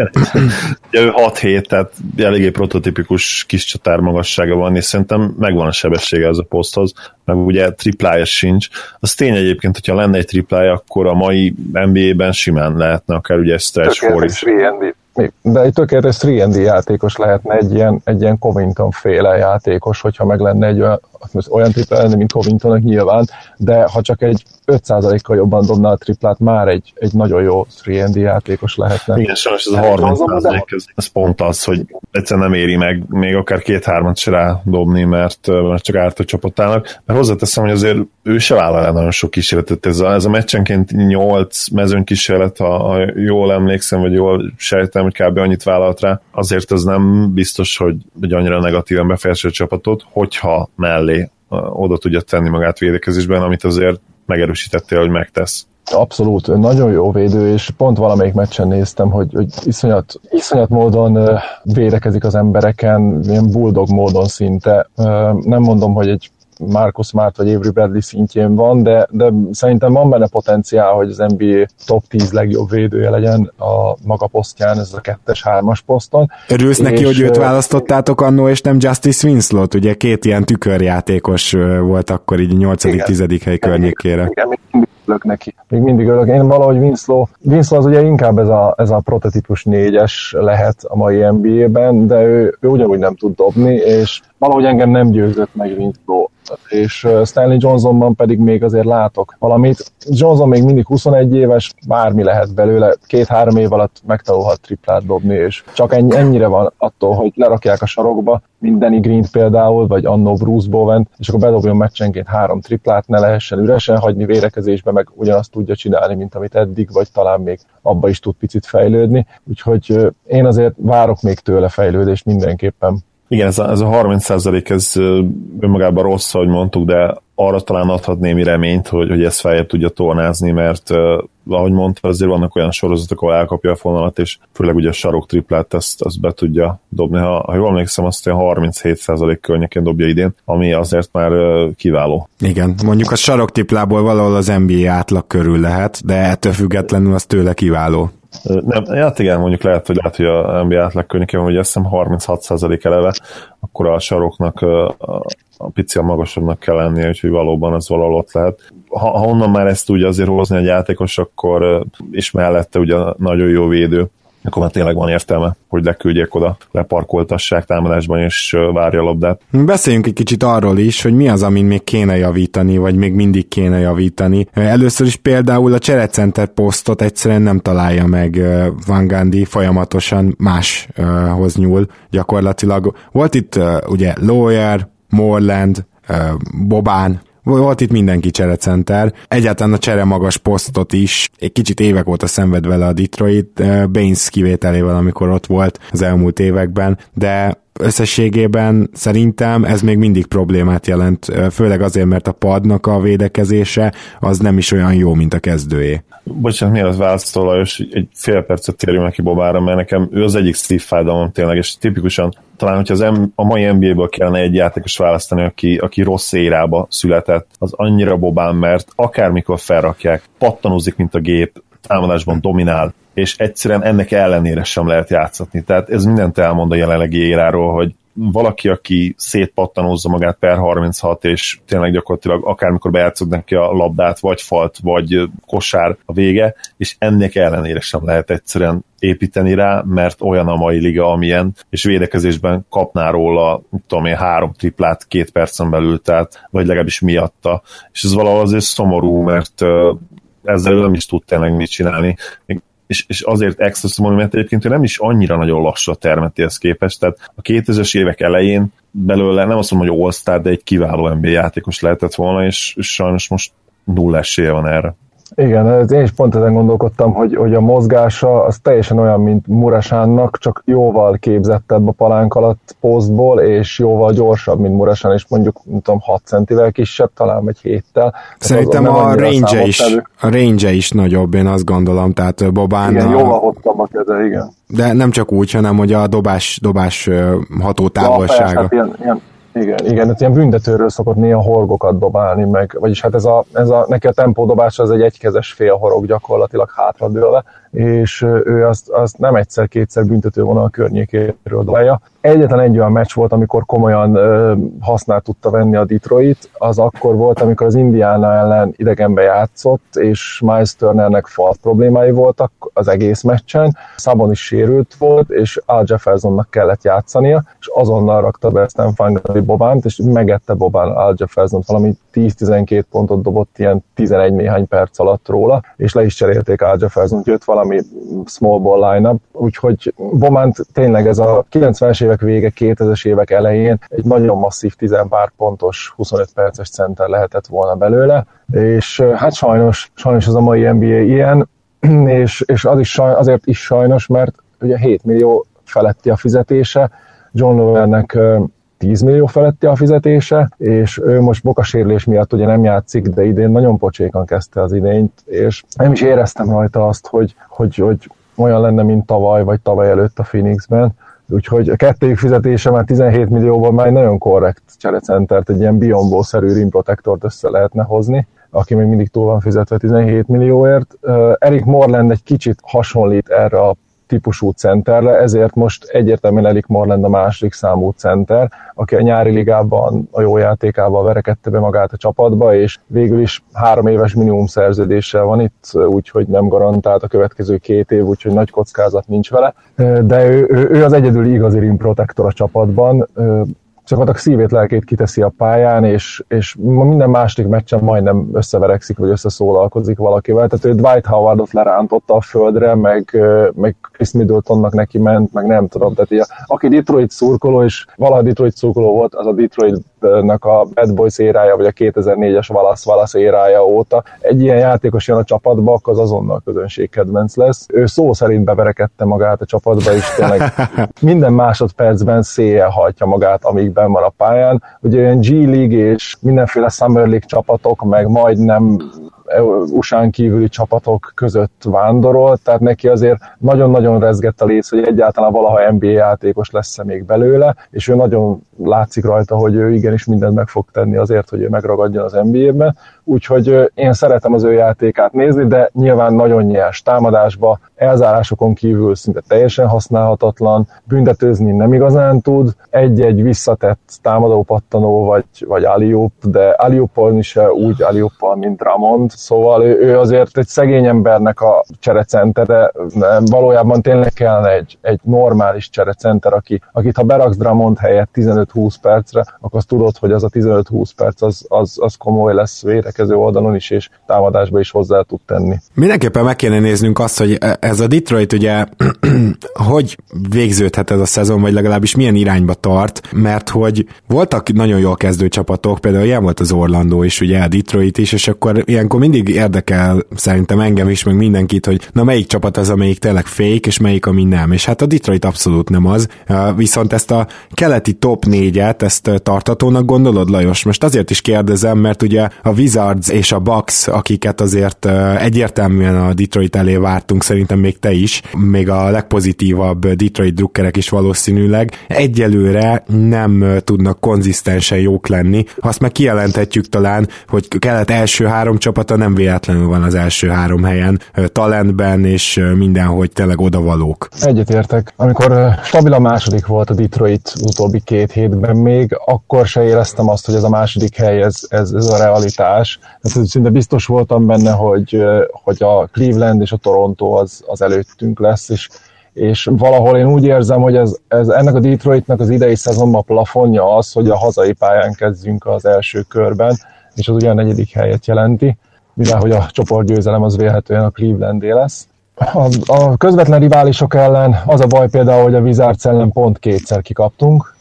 Ugye ő hat hét, tehát eléggé prototipikus kis csatár magassága van, és szerintem megvan a sebessége az a poszthoz, meg ugye triplája sincs. Az tény egyébként, hogyha lenne egy triplája, akkor a mai en bé á-ben simán lehetne akár ugye stretch four is. De egy tökéletes három and D játékos lehetne, egy ilyen, egy ilyen Covington-féle játékos, hogyha meg lenne egy olyan, olyan tripla lenne, mint Covingtonnak nyilván, de ha csak egy öt százalékkal jobban dobná a triplát, már egy, egy nagyon jó három and D játékos lehetne. Igen, sajnos ez a harminc százalék, ez, ez pont az, hogy egyszerűen nem éri meg még akár két-hármat se rá dobni, mert, mert csak árt a csapatának. Mert hozzáteszem, hogy azért ő se vállal el nagyon sok kísérletet. Ez a, ez a meccsenként nyolc mezőnkísérlet, ha, ha jól emlékszem, vagy jól sejtem, hogy kb. Annyit vállalt rá. Azért ez nem biztos, hogy, hogy annyira negatívan befolyásolja a csapatot, hogyha mellé oda tudja tenni magát védekezésben, amit azért megerősítettél, hogy megtesz. Abszolút, nagyon jó védő, és pont valamelyik meccsen néztem, hogy, hogy iszonyat, iszonyat módon védekezik az embereken, ilyen bulldog módon szinte. Nem mondom, hogy egy Marcus Smart vagy Avery Bradley szintjén van, de, de szerintem van benne potenciál, hogy az en bé á top tíz legjobb védője legyen a maga posztján, ez a kettes-hármas poszton. Örülsz és neki, hogy őt választottátok annó, és nem Justice Winslow-t, ugye két ilyen tükörjátékos volt akkor így nyolcadik-tizedik hely környékére. Igen, még mindig örülök neki. Még mindig örülök. Én valahogy Winslow, Winslow az ugye inkább ez a, ez a prototípus négyes lehet a mai en bé á-ben, de ő, ő ugyanúgy nem tud dobni, és valahogy engem nem győzött meg Winslow. És Stanley Johnsonban pedig még azért látok valamit. Johnson még mindig huszonegy éves, bármi lehet belőle, két-három év alatt megtanulhat triplát dobni, és csak ennyi, ennyire van attól, hogy lerakják a sarokba, mint Danny Green például, vagy annó Bruce Bowen, és akkor bedobjon meccsenként három triplát, ne lehessen üresen hagyni védekezésbe, meg ugyanazt tudja csinálni, mint amit eddig, vagy talán még abba is tud picit fejlődni. Úgyhogy én azért várok még tőle fejlődést mindenképpen. Igen, ez a, ez a harminc százalék ez önmagában rossz, ahogy mondtuk, de arra talán adhat némi reményt, hogy, hogy ezt feljebb tudja tornázni, mert ahogy mondta, azért vannak olyan sorozatok, ahol elkapja a fonalat, és főleg ugye a sarok triplát ezt, ezt be tudja dobni. Ha, ha jól emlékszem, azt olyan harminchét százalék környékén dobja idén, ami azért már kiváló. Igen, mondjuk a sarok triplából valahol az en bé á átlag körül lehet, de ettől függetlenül az tőle kiváló. Nem, hát igen, mondjuk lehet, hogy lehet, hogy a en bé á átlag környékén, hogy azt hiszem harminchat százalék eleve, akkor a saroknak a, a picivel magasabbnak kell lennie, úgyhogy valóban az valahol ott lehet. Ha, ha onnan már ezt tudja azért hozni egy játékos, akkor és mellette ugye nagyon jó védő, akkor már tényleg van értelme, hogy leküldjék oda, leparkoltassák támadásban, és várja a labdát. Beszéljünk egy kicsit arról is, hogy mi az, amin még kéne javítani, vagy még mindig kéne javítani. Először is például a cserecenter posztot egyszerűen nem találja meg Van Gundy, folyamatosan máshoz nyúl gyakorlatilag. Volt itt ugye Lawyer, Moreland, Boban, volt itt mindenki cserecenter, egyáltalán a csere magas posztot is, egy kicsit évek óta szenved vele a Detroit, Baines kivételével, amikor ott volt az elmúlt években, de összességében szerintem ez még mindig problémát jelent, főleg azért, mert a padnak a védekezése az nem is olyan jó, mint a kezdőjé. Bocsánat, mielőtt választol, Lajos, egy fél percet térjünk neki Bobára, mert nekem ő az egyik szívfájdalom tényleg, és tipikusan talán, hogyha az em, a mai en bé á-ből kellene egy játékos választani, aki, aki rossz érába született, az annyira Bobán, mert akármikor felrakják, pattanozik, mint a gép, támadásban dominál, és egyszerűen ennek ellenére sem lehet játszatni. Tehát ez mindent elmond a jelenlegi éráról, hogy valaki, aki szétpattanózza magát per harminchat, és tényleg gyakorlatilag akármikor bejátszod neki a labdát, vagy falt, vagy kosár a vége, és ennek ellenére sem lehet egyszerűen építeni rá, mert olyan a mai liga, amilyen, és védekezésben kapná róla, tudom én, három triplát két percen belül, tehát, vagy legalábbis miatta. És ez valahol azért szomorú, mert ezzel nem is tud tényleg mit csinálni. És, és azért extra szomorú, mert egyébként nem is annyira nagyon lassú a termetéhez képest, tehát a kétezres évek elején belőle, nem azt mondom, hogy all-star, de egy kiváló en bé á játékos lehetett volna, és, és sajnos most nulla esélye van erre. Igen, én is pont ezen gondolkodtam, hogy, hogy a mozgása az teljesen olyan, mint Muresánnak, csak jóval képzettebb a palánk alatt posztból, és jóval gyorsabb, mint Muresán, és mondjuk, nem tudom, hat centivel kisebb, talán vagy héttel. Szerintem a range is, a range is nagyobb, én azt gondolom, tehát Bobán... Igen, a... jóval hosszabb a keze, igen. De nem csak úgy, hanem hogy a dobás, dobás hatótávolsága. Ja, persze, ilyen, ilyen Igen, igen, hát ilyen büntetőről szokott néha horgokat dobálni, meg, vagyis hát ez a, ez a, neki a tempódobás az egy egykezes félhorog gyakorlatilag hátradőlve, és ő azt, azt nem egyszer-kétszer büntetővonal környékéről dobálja. Egyetlen egy olyan meccs volt, amikor komolyan ö, használ tudta venni a Detroit, az akkor volt, amikor az Indiana ellen idegenbe játszott, és Miles Turnernek fal problémái voltak az egész meccsen, Szabon is sérült volt, és Al Jeffersonnak kellett játszania, és azonnal rakta be Stan Gundy Bobánt, és megette Bobán Al Jeffersont, valami tíz-tizenkét pontot dobott ilyen tizenegy néhány perc alatt róla, és le is cserélték Al Jeffersont, jött valami small ball line-up, úgyhogy Bobánt tényleg ez a kilencvenes évek vége, kétezres évek elején egy nagyon masszív tizenpár pontos, huszonöt perces center lehetett volna belőle, és hát sajnos, sajnos az a mai en bé á ilyen, és, és az is, azért is sajnos, mert ugye hét millió feletti a fizetése, John Lovernek tíz millió feletti a fizetése, és ő most bokasérülés miatt ugye nem játszik, de idén nagyon pocsékan kezdte az idényt, és nem is éreztem rajta azt, hogy, hogy, hogy olyan lenne, mint tavaly, vagy tavaly előtt a Phoenixben. Úgyhogy a kettőjük fizetése már tizenhét millióban már egy nagyon korrekt cserecentert, egy ilyen Biombó-szerű rim protectort össze lehetne hozni, aki még mindig túl van fizetve tizenhét millióért. Eric Moreland egy kicsit hasonlít erre a típusú centerre, ezért most egyértelműen Eric Moreland a második számú center, aki a nyári ligában a jó játékával verekedte be magát a csapatba, és végül is három éves minimum szerződéssel van itt, úgyhogy nem garantált a következő két év, úgyhogy nagy kockázat nincs vele, de ő, ő, ő az egyedüli igazi rim protector a csapatban, csak szívét, lelkét kiteszi a pályán, és, és minden második meccsen majdnem összeverekszik, vagy összeszólalkozik valakivel. Tehát ő Dwight Howardot lerántotta a földre, meg, meg Chris Middletonnak neki ment, meg nem tudom. Tehát így, aki Detroit szurkoló, és valaha Detroit szurkoló volt, az a Detroitnak a Bad Boys érája, vagy a kétezer-négyes Wallace Wallace érája óta. Egy ilyen játékos jön a csapatba, akkor az azonnal közönségkedvenc lesz. Ő szó szerint beverekedte magát a csapatba, és tényleg minden másodpercben széjjel hajtja magát, amíg benn van a pályán, hogy olyan G League és mindenféle Summer League csapatok, meg majdnem u es á-n kívüli csapatok között vándorol, tehát neki azért nagyon-nagyon rezgett a léc, hogy egyáltalán valaha en bé á játékos lesz-e még belőle, és ő nagyon látszik rajta, hogy ő igenis mindent meg fog tenni azért, hogy ő megragadjon az en bé á-ben, úgyhogy én szeretem az ő játékát nézni, de nyilván nagyon nyers támadásba, elzárásokon kívül szinte teljesen használhatatlan, büntetőzni nem igazán tud, egy-egy visszatett támadó pattanó vagy, vagy alley-oop, de alley-oopon is úgy alley-oopon, mint Drummond, szóval ő, ő azért egy szegény embernek a cserecenter, de valójában tényleg kellene egy, egy normális cserecenter, aki, akit ha beraksz Drummond helyett tizenöt-húsz percre, akkor azt tudod, hogy az a tizenöt-húsz perc az, az, az komoly lesz védekező oldalon is, és támadásba is hozzá tud tenni. Mindenképpen meg kéne néznünk azt, hogy ez a Detroit ugye hogy végződhet ez a szezon, vagy legalábbis milyen irányba tart, mert hogy voltak nagyon jól kezdő csapatok, például ilyen volt az Orlando is, ugye a Detroit is, és akkor ilyenkor mindig érdekel szerintem engem is, meg mindenkit, hogy na melyik csapat az, amelyik tényleg fake, és melyik, ami nem. És hát a Detroit abszolút nem az. Viszont ezt a keleti top négyet, ezt tartatónak gondolod, Lajos? Most azért is kérdezem, mert ugye a Wizards és a Bucks, akiket azért egyértelműen a Detroit elé vártunk, szerintem még te is, még a legpozitívabb Detroit drukkerek is valószínűleg, egyelőre nem tudnak konzisztensen jók lenni. Azt meg kijelenthetjük talán, hogy kelet első három csapata nem véletlenül van az első három helyen, talentben és mindenhogy tényleg odavalók. Egyetértek. Amikor stabil a második volt a Detroit utóbbi két hétben még, akkor se éreztem azt, hogy ez a második hely, ez, ez, ez a realitás. Tehát szinte biztos voltam benne, hogy, hogy a Cleveland és a Toronto az, az előttünk lesz, és és valahol én úgy érzem, hogy ez, ez ennek a Detroitnak az idei szezonban plafonja az, hogy a hazai pályán kezdjünk az első körben, és az ugye a negyedik helyet jelenti, mivel hogy a csoportgyőzelem az vélhetően a Clevelandé lesz. A, a közvetlen riválisok ellen az a baj például, hogy a Wizards ellen pont kétszer kikaptunk,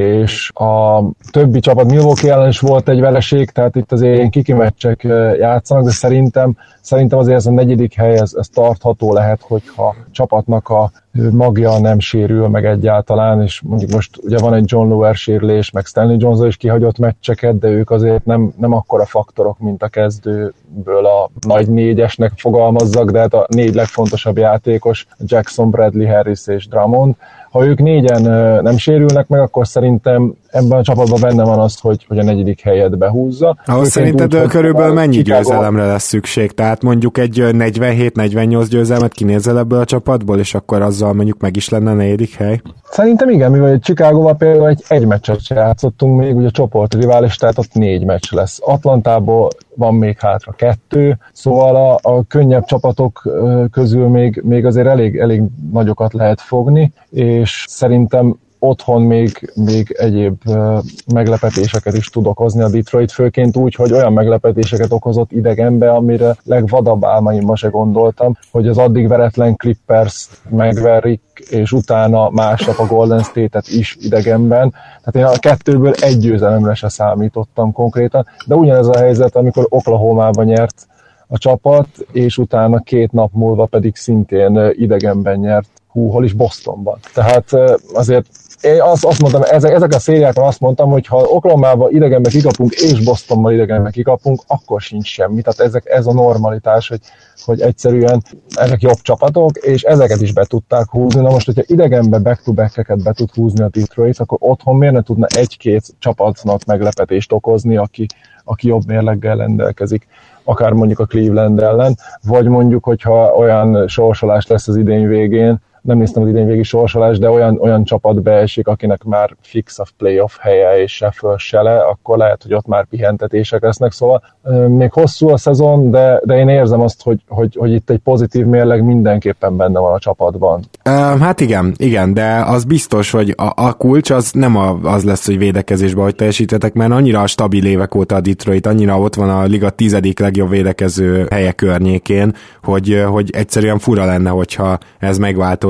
és a többi csapat Milwaukee ellen is volt egy vereség, tehát itt azért ilyen kiki meccsek játszanak, de szerintem, szerintem azért ez a negyedik hely, ez, ez tartható lehet, hogyha a csapatnak a magja nem sérül meg egyáltalán, és mondjuk most ugye van egy John Lower sérülés, meg Stanley Jones is kihagyott meccseket, de ők azért nem, nem akkora faktorok, mint a kezdőből a nagy négyesnek fogalmazzak, de hát a négy legfontosabb játékos, Jackson, Bradley, Harris és Drummond. Ha ők négyen nem sérülnek meg, akkor szerintem ebben a csapatban benne van az, hogy, hogy a negyedik helyet behúzza. Ahhoz szerinted úgy, körülbelül mennyi Chicago... győzelemre lesz szükség? Tehát mondjuk egy negyvenhét-negyvennyolc győzelmet kinézel ebből a csapatból, és akkor azzal mondjuk meg is lenne a negyedik hely? Szerintem igen, mivel egy Chicagóval például egy, egy meccset se játszottunk még, ugye a csoportrivális, tehát ott négy meccs lesz. Atlantából van még hátra kettő, szóval a, a könnyebb csapatok közül még, még azért elég, elég nagyokat lehet fogni, és szerintem otthon még, még egyéb uh, meglepetéseket is tud okozni a Detroit, főként úgy, hogy olyan meglepetéseket okozott idegenbe, amire legvadabb álmaimban se gondoltam, hogy az addig veretlen Clippers megverik, és utána másnap a Golden State-et is idegenben. Tehát én a kettőből egy győzelemre se számítottam konkrétan, de ugyanez a helyzet, amikor Oklahomában nyert a csapat, és utána két nap múlva pedig szintén idegenben nyert, hú, hol is Bostonban. Tehát azért én azt, azt mondtam, ezek, ezek a szériákon azt mondtam, hogy ha Oklahomában idegenben kikapunk, és Bostonban idegenben kikapunk, akkor sincs semmi. Tehát ezek, ez a normalitás, hogy, hogy egyszerűen ezek jobb csapatok, és ezeket is be tudták húzni. Na most, hogyha idegenben back-to-back-eket be tud húzni a Detroit, akkor otthon miért ne tudna egy-két csapatnak meglepetést okozni, aki, aki jobb mérleggel rendelkezik, akár mondjuk a Cleveland ellen, vagy mondjuk, hogyha olyan sorsolás lesz az idény végén, nem néztem az idén végi sorsolás, de olyan, olyan csapat beesik, akinek már fix a playoff helye és se föl se le, akkor lehet, hogy ott már pihentetések lesznek, szóval még hosszú a szezon, de, de én érzem azt, hogy, hogy, hogy itt egy pozitív mérleg mindenképpen benne van a csapatban. Hát igen, igen, de az biztos, hogy a, a kulcs az nem a, az lesz, hogy védekezésben, hogy teljesítetek, mert annyira stabil évek óta a Detroit, annyira ott van a liga tizedik legjobb védekező helye környékén, hogy, hogy egyszerűen fura lenne, hogyha ez megváltoz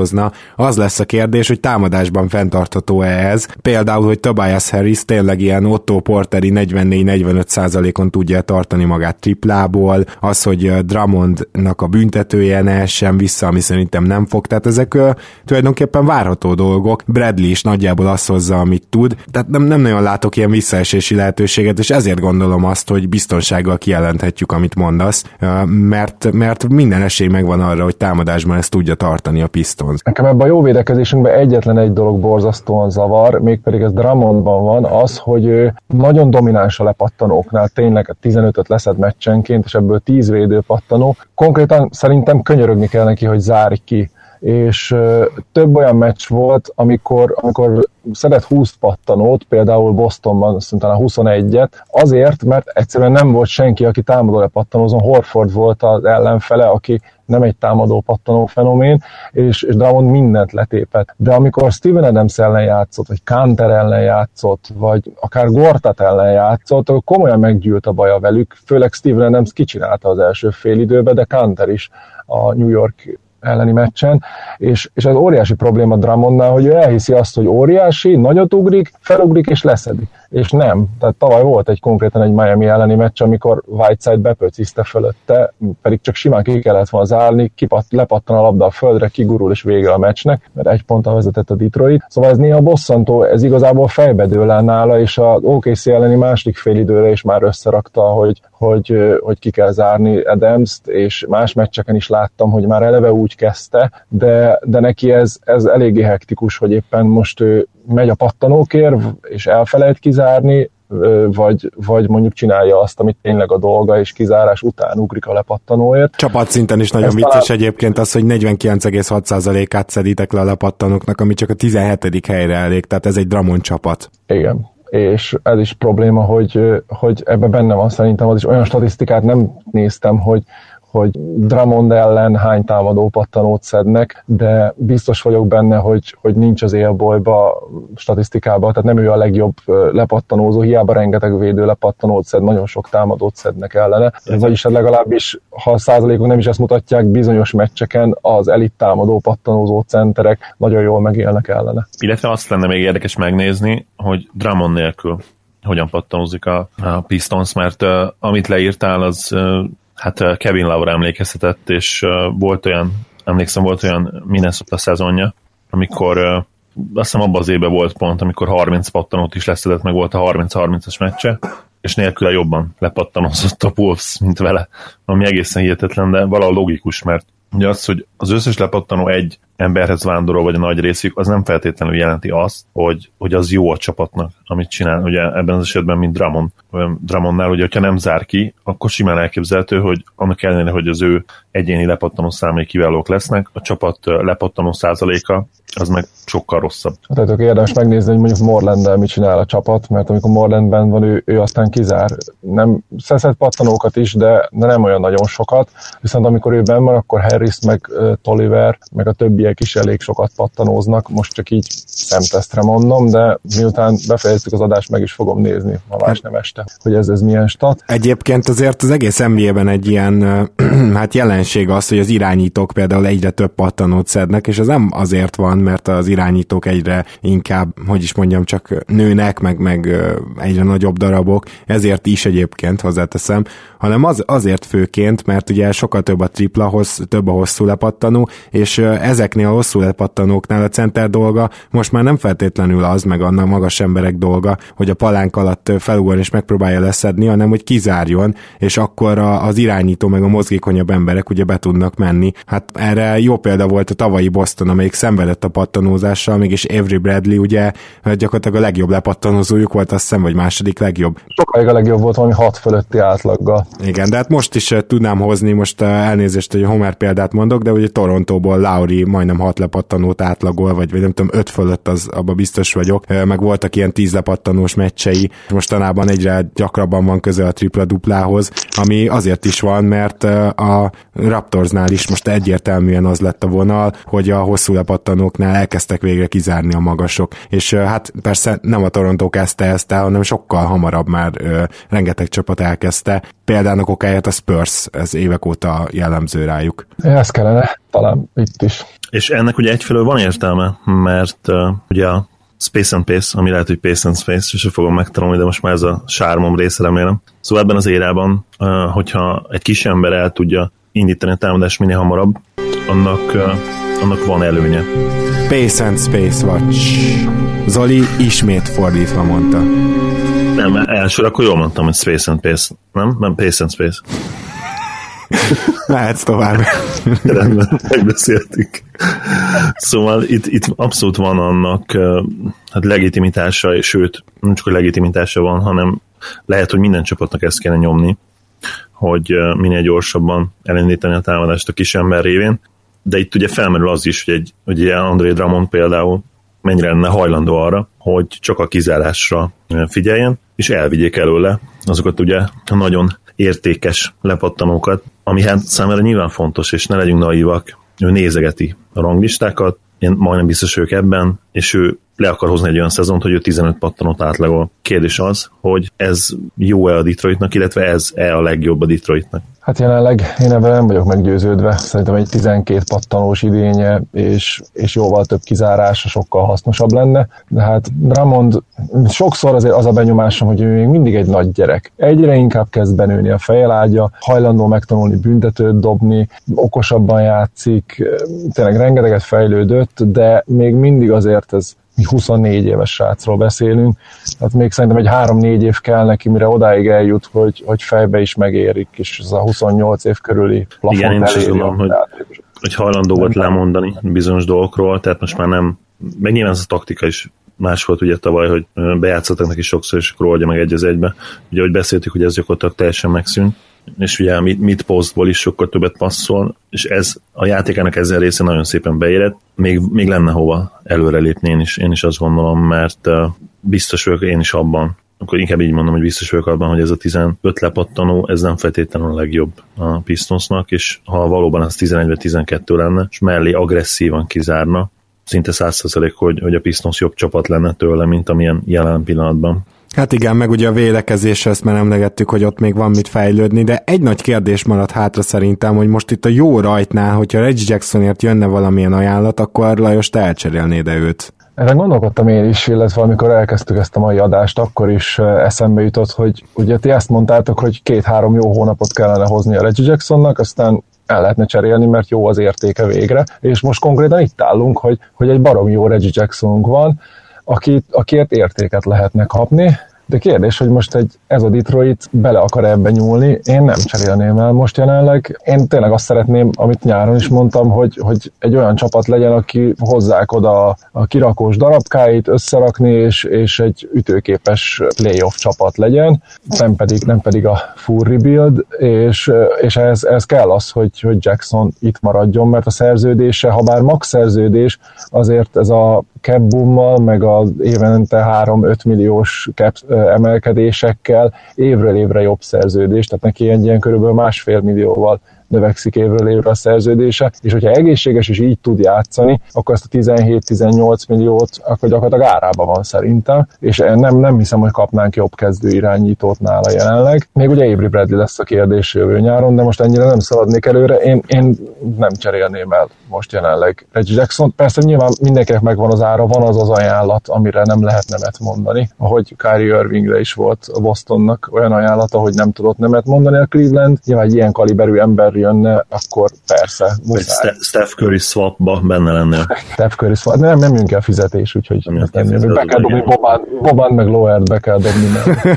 pattanozna. Az lesz a kérdés, hogy támadásban fenntartható-e ez. Például, hogy Tobias Harris tényleg ilyen Otto Porteri negyvennégy-negyvenöt százalékon tudja tartani magát triplából, az, hogy Drummondnak a büntetője ne essen vissza, ami szerintem nem fog, tehát ezek uh, tulajdonképpen várható dolgok. Bradley is nagyjából azt hozza, amit tud, tehát nem, nem nagyon látok ilyen visszaesési lehetőséget, és ezért gondolom azt, hogy biztonsággal kijelenthetjük, amit mondasz, uh, mert, mert minden esély megvan arra, hogy támadásban ezt tudja tartani a Pistons. Nekem ebben a jó védekezésünkben egyetlen egy dolog borzasztóan zavar, mégpedig ez Drummondban van, az, hogy ő nagyon domináns a lepattanóknál, tényleg tizenötöt leszed meccsenként, és ebből tíz védő pattanó. Konkrétan szerintem könyörögni kell neki, hogy zárj ki. És uh, több olyan meccs volt, amikor, amikor szedett húsz pattanót, például Bostonban szerintem a huszonegyet, azért, mert egyszerűen nem volt senki, aki támadó lepattanózon. Horford volt az ellenfele, aki nem egy támadó pattanó fenomén, és, és Drummond mindent letépett. De amikor Steven Adams ellen játszott, vagy Kanter ellen játszott, vagy akár Gortat ellen játszott, akkor komolyan meggyűlt a baja velük, főleg Steven Adams kicsinálta az első fél időben, de Kanter is a New York elleni meccsen, és, és ez óriási probléma Drummondnál, hogy ő elhiszi azt, hogy óriási, nagyot ugrik, felugrik és leszedi. És nem. Tehát tavaly volt egy konkrétan egy Miami elleni meccs, amikor Whiteside bepöciszte fölötte, pedig csak simán ki kellett volna zárni, kipat, lepattan a labda a földre, kigurul és vége a meccsnek, mert egy ponttal vezetett a Detroit. Szóval ez néha bosszantó, ez igazából fejbedől el nála, és az o ká cé elleni második félidőre is már összerakta, hogy, hogy, hogy ki kell zárni Adams-t, és más meccseken is láttam, hogy már eleve úgy kezdte, de, de neki ez, ez eléggé hektikus, hogy éppen most ő megy a pattanókért, és elfelejt kizárni, vagy, vagy mondjuk csinálja azt, amit tényleg a dolga, és kizárás után ugrik a lepattanóért. Csapatszinten is nagyon vicces talán... egyébként az, hogy negyvenkilenc egész hat százalékát szeditek le a lepattanóknak, ami csak a tizenhetedik helyre elég, tehát ez egy Drummond csapat. Igen. És ez is probléma, hogy, hogy ebben benne van szerintem, az is olyan statisztikát nem néztem, hogy hogy Drummond ellen hány támadó pattanót szednek, de biztos vagyok benne, hogy, hogy nincs az élbolyba statisztikában, tehát nem ő a legjobb lepattanózó, hiába rengeteg védő lepattanót szed, nagyon sok támadót szednek ellene, vagyis legalábbis, ha a százalékok nem is ezt mutatják, bizonyos meccseken az elit támadó pattanózó centerek nagyon jól megélnek ellene. Illetve azt lenne még érdekes megnézni, hogy Drummond nélkül hogyan pattanózik a, a Pistons, mert uh, amit leírtál, az uh, hát Kevin Love emlékeztetett, és uh, volt olyan, emlékszem, volt olyan Minnesota szezonja, amikor uh, azt hiszem abban az évben volt pont, amikor harminc pattanót is leszedett, meg volt a harminc-harmincas meccse, és nélküle jobban lepattanózott a Wolves, mint vele, ami egészen hihetetlen, de valahol logikus, mert ugye az, hogy az összes lepattanó egy emberhez vándorol, vagy a nagy részük, az nem feltétlenül jelenti azt, hogy, hogy az jó a csapatnak, amit csinál. Ugye ebben az esetben, mint Drummond, Drummondnál, ugye, hogyha nem zár ki, akkor simán elképzelhető, hogy annak ellenére, hogy az ő egyéni lepattanó számai kiválók lesznek, a csapat lepattanó százaléka az meg sokkal rosszabb. Tehát akkor érdemes megnézni, hogy mondjuk Morelanddel mit csinál a csapat, mert amikor Morelandben van, ő, ő aztán kizár. Nem szeszed pattanókat is, de, de nem olyan nagyon sokat, viszont amikor ő benn van, akkor Harris, meg uh, Tolliver, meg a többiek is elég sokat pattanóznak, most csak így szemtesztre mondom, de miután befejeztük az adást, meg is fogom nézni, ma más nem este, hogy ez, ez milyen stat. Egyébként azért az egész en bé á-ben egy ilyen hát jelenség az, hogy az irányítók például egyre több pattanót szednek, és az nem azért van, mert az irányítók egyre inkább, hogy is mondjam, csak nőnek, meg, meg egyre nagyobb darabok, ezért is egyébként hozzáteszem, hanem az, azért főként, mert ugye sokkal több a tripla, hossz, több a hosszú lepattanó, és ezeknél a hosszú lepattanóknál a center dolga most már nem feltétlenül az, meg annak magas emberek dolga, hogy a palánk alatt felugorjon és megpróbálja leszedni, hanem hogy kizárjon, és akkor az irányító meg a mozgékonyabb emberek ugye be tudnak menni. Hát erre jó példa volt a tavalyi Boston, amelyik szenvedett a pattanózással, mégis Avery Bradley ugye gyakorlatilag a legjobb lepattanózójuk volt, azt hiszem, vagy második legjobb. Sokáig a legjobb volt, valami hat fölötti átlaggal. Igen, de hát most is tudnám hozni, most elnézést, hogy a Homer példát mondok, de ugye Torontóból Lowry majdnem hat lepattanót átlagol, vagy, vagy nem tudom, öt fölött, az abban biztos vagyok, meg voltak ilyen tíz lepattanós meccsei, mostanában egyre gyakrabban van közel a tripla-duplához, ami azért is van, mert a Raptorsnál is most egyértelműen az lett a vonal, hogy a hosszú lepattanóknál elkezdtek végre kizárni a magasok, és hát persze nem a Torontó kezdte ezt el, hanem sokkal hamarabb már rengeteg csapat elkezdte. példának okáját a Spurs, ez évek óta jellemző rájuk. Ez kellene, talán itt is. És ennek ugye egyfelől van értelme, mert uh, ugye a Space and Pace, ami lehet, hogy Pace and Space, és fogom megtanulni, de most már ez a sármom része, remélem. Szóval ebben az érában, uh, hogyha egy kis ember el tudja indítani a támadást minél hamarabb, annak, uh, annak van előnye. Pace and Space Watch. Zoli ismét fordítva mondta. Nem, elsőre akkor jól mondtam, hogy Space and Pace. Nem? Nem, Pace and Space. Mehetsz tovább. Rendben, megbeszéltük. Szóval itt, itt abszolút van annak hát legitimitása, és sőt, nem csak a legitimitása van, hanem lehet, hogy minden csapatnak ezt kéne nyomni, hogy minél gyorsabban elindítani a támadást a kis ember révén. De itt ugye felmerül az is, hogy egy, hogy egy André Drummond például mennyire lenne hajlandó arra, hogy csak a kizárásra figyeljen, és elvigyék előle azokat ugye nagyon értékes lepattanókat, ami hát számára nyilván fontos, és ne legyünk naívak, ő nézegeti a ranglistákat, én majdnem biztos vagyok ebben, és ő le akar hozni egy olyan szezont, hogy ő tizenöt pattanót átlagol. Kérdés az, hogy ez jó-e a Detroitnak, illetve ez-e a legjobb a Detroitnak? Hát jelenleg én ebben nem vagyok meggyőződve. Szerintem egy tizenkét pattanós idénye és, és jóval több kizárása sokkal hasznosabb lenne. De hát Drummond sokszor azért az a benyomásom, hogy ő még mindig egy nagy gyerek. Egyre inkább kezd benőni a fejelágya, hajlandó megtanulni büntetőt dobni, okosabban játszik, tényleg rengeteget fejlődött, de még mindig azért ez huszonnégy éves srácról beszélünk, tehát még szerintem egy három-négy év kell neki, mire odáig eljut, hogy, hogy fejbe is megérik, és ez a huszonnyolc év körüli plafont eléri. Hogy, hogy hajlandó volt lemondani bizonyos dolgokról, tehát most már nem, meg nyilván ez a taktika is más volt ugye tavaly, hogy bejátszottak neki sokszor, és akkor oldja meg egy az egybe. Ugye, ahogy beszéltük, hogy ez gyakorlatilag teljesen megszűnt, és ugye mid postból is sokkal többet passzol, és ez a játékának ezen része nagyon szépen beérett, még, még lenne hova előrelépni, én is, én is azt gondolom, mert uh, biztos vagyok én is abban, akkor inkább így mondom, hogy biztos vagyok abban, hogy ez a tizenöt lepattanó, ez nem feltétlenül a legjobb a Pistonsnak, és ha valóban az tizenegy vagy tizenkettő lenne, és mellé agresszívan kizárna, szinte száz százalék, hogy, hogy a Pistons jobb csapat lenne tőle, mint amilyen jelen pillanatban. Hát igen, meg ugye a védekezésre ezt már emlegettük, hogy ott még van mit fejlődni, de egy nagy kérdés maradt hátra szerintem, hogy most itt a jó rajtnál, hogyha Reggie Jacksonért jönne valamilyen ajánlat, akkor Lajos, te elcserélnéd-e őt? Ezen gondolkodtam én is, illetve amikor elkezdtük ezt a mai adást, akkor is eszembe jutott, hogy ugye ti ezt mondtátok, hogy két-három jó hónapot kellene hozni a Reggie Jacksonnak, aztán el lehetne cserélni, mert jó az értéke végre, és most konkrétan itt állunk, hogy, hogy egy baromi jó Reggie Jacksonunk van, Aki, akiért értéket lehetne kapni, de kérdés, hogy most egy, ez a Detroit bele akar ebbe nyúlni, én nem cserélném el most jelenleg. Én tényleg azt szeretném, amit nyáron is mondtam, hogy, hogy egy olyan csapat legyen, aki hozzák oda a kirakós darabkáit összerakni, és, és egy ütőképes playoff csapat legyen, nem pedig, nem pedig a full rebuild, és, és ez, ez kell az, hogy, hogy Jackson itt maradjon, mert a szerződése, ha bár max szerződés, azért ez a cap boommal, meg az évente három-öt milliós cap emelkedésekkel évről évre jobb szerződés, tehát neki egy ilyen körülbelül másfél millióval növekszik évről évre a szerződése, és hogyha egészséges és így tud játszani, akkor ezt a tizenhét-tizennyolc milliót akkor gyakorlatilag árában van szerintem, és nem, nem hiszem, hogy kapnánk jobb kezdő irányítót nála jelenleg. Még ugye Avery Bradley lesz a kérdés jövő nyáron, de most ennyire nem szaladnék előre, én, én nem cserélném el most jelenleg Reggie Jackson. Persze nyilván mindenkinek megvan az ára, van az az ajánlat, amire nem lehet nemet mondani, ahogy Kyrie Irvingre is volt a Bostonnak olyan ajánlata, hogy nem tudott nemet mondani a Cleveland. Nyilván egy ilyen kaliberű ember jönne, akkor persze. Muszáj. Steph Curry swapba benne lenne. Steph Curry swap, nem, nem jön ki a fizetés, úgyhogy nem nem jön. Be kell dobni Boban, Boban meg Lowert be kell dobni,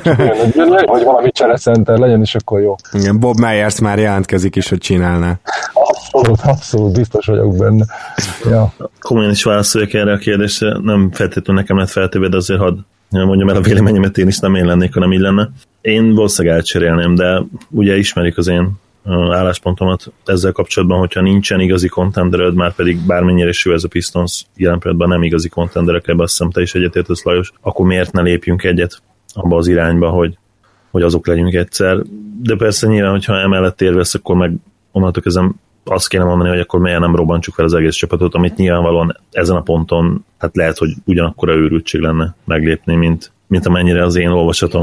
mert hogy valami cserecenter legyen, és akkor jó. Igen, Bob Myers már jelentkezik is, hogy csinálná. Abszolút, abszolút, biztos vagyok benne. Ja. Komolyan is válaszoljak erre a kérdésre, nem feltétlenül nekem lett feltéve, de azért hadd mondjam el a véleményemet, én is nem én lennék, hanem így lenne. Én valószínűleg elcserélném, de ugye ismerik az én álláspontomat ezzel kapcsolatban, hogyha nincsen igazi contenderöd, már pedig bármennyire is jó ez a Pistons, jelen pillanatban nem igazi contenderek, ebben azt hiszem te is egyetértesz, Lajos, akkor miért ne lépjünk egyet abba az irányba, hogy, hogy azok legyünk egyszer. De persze nyilván, hogyha emellett érvesz, akkor meg onnantól kezdem azt kéne mondani, hogy akkor miért nem robbantsuk fel az egész csapatot, amit nyilvánvalóan ezen a ponton hát lehet, hogy ugyanakkor a őrültség lenne meglépni, mint, mint amennyire az én olvasatomban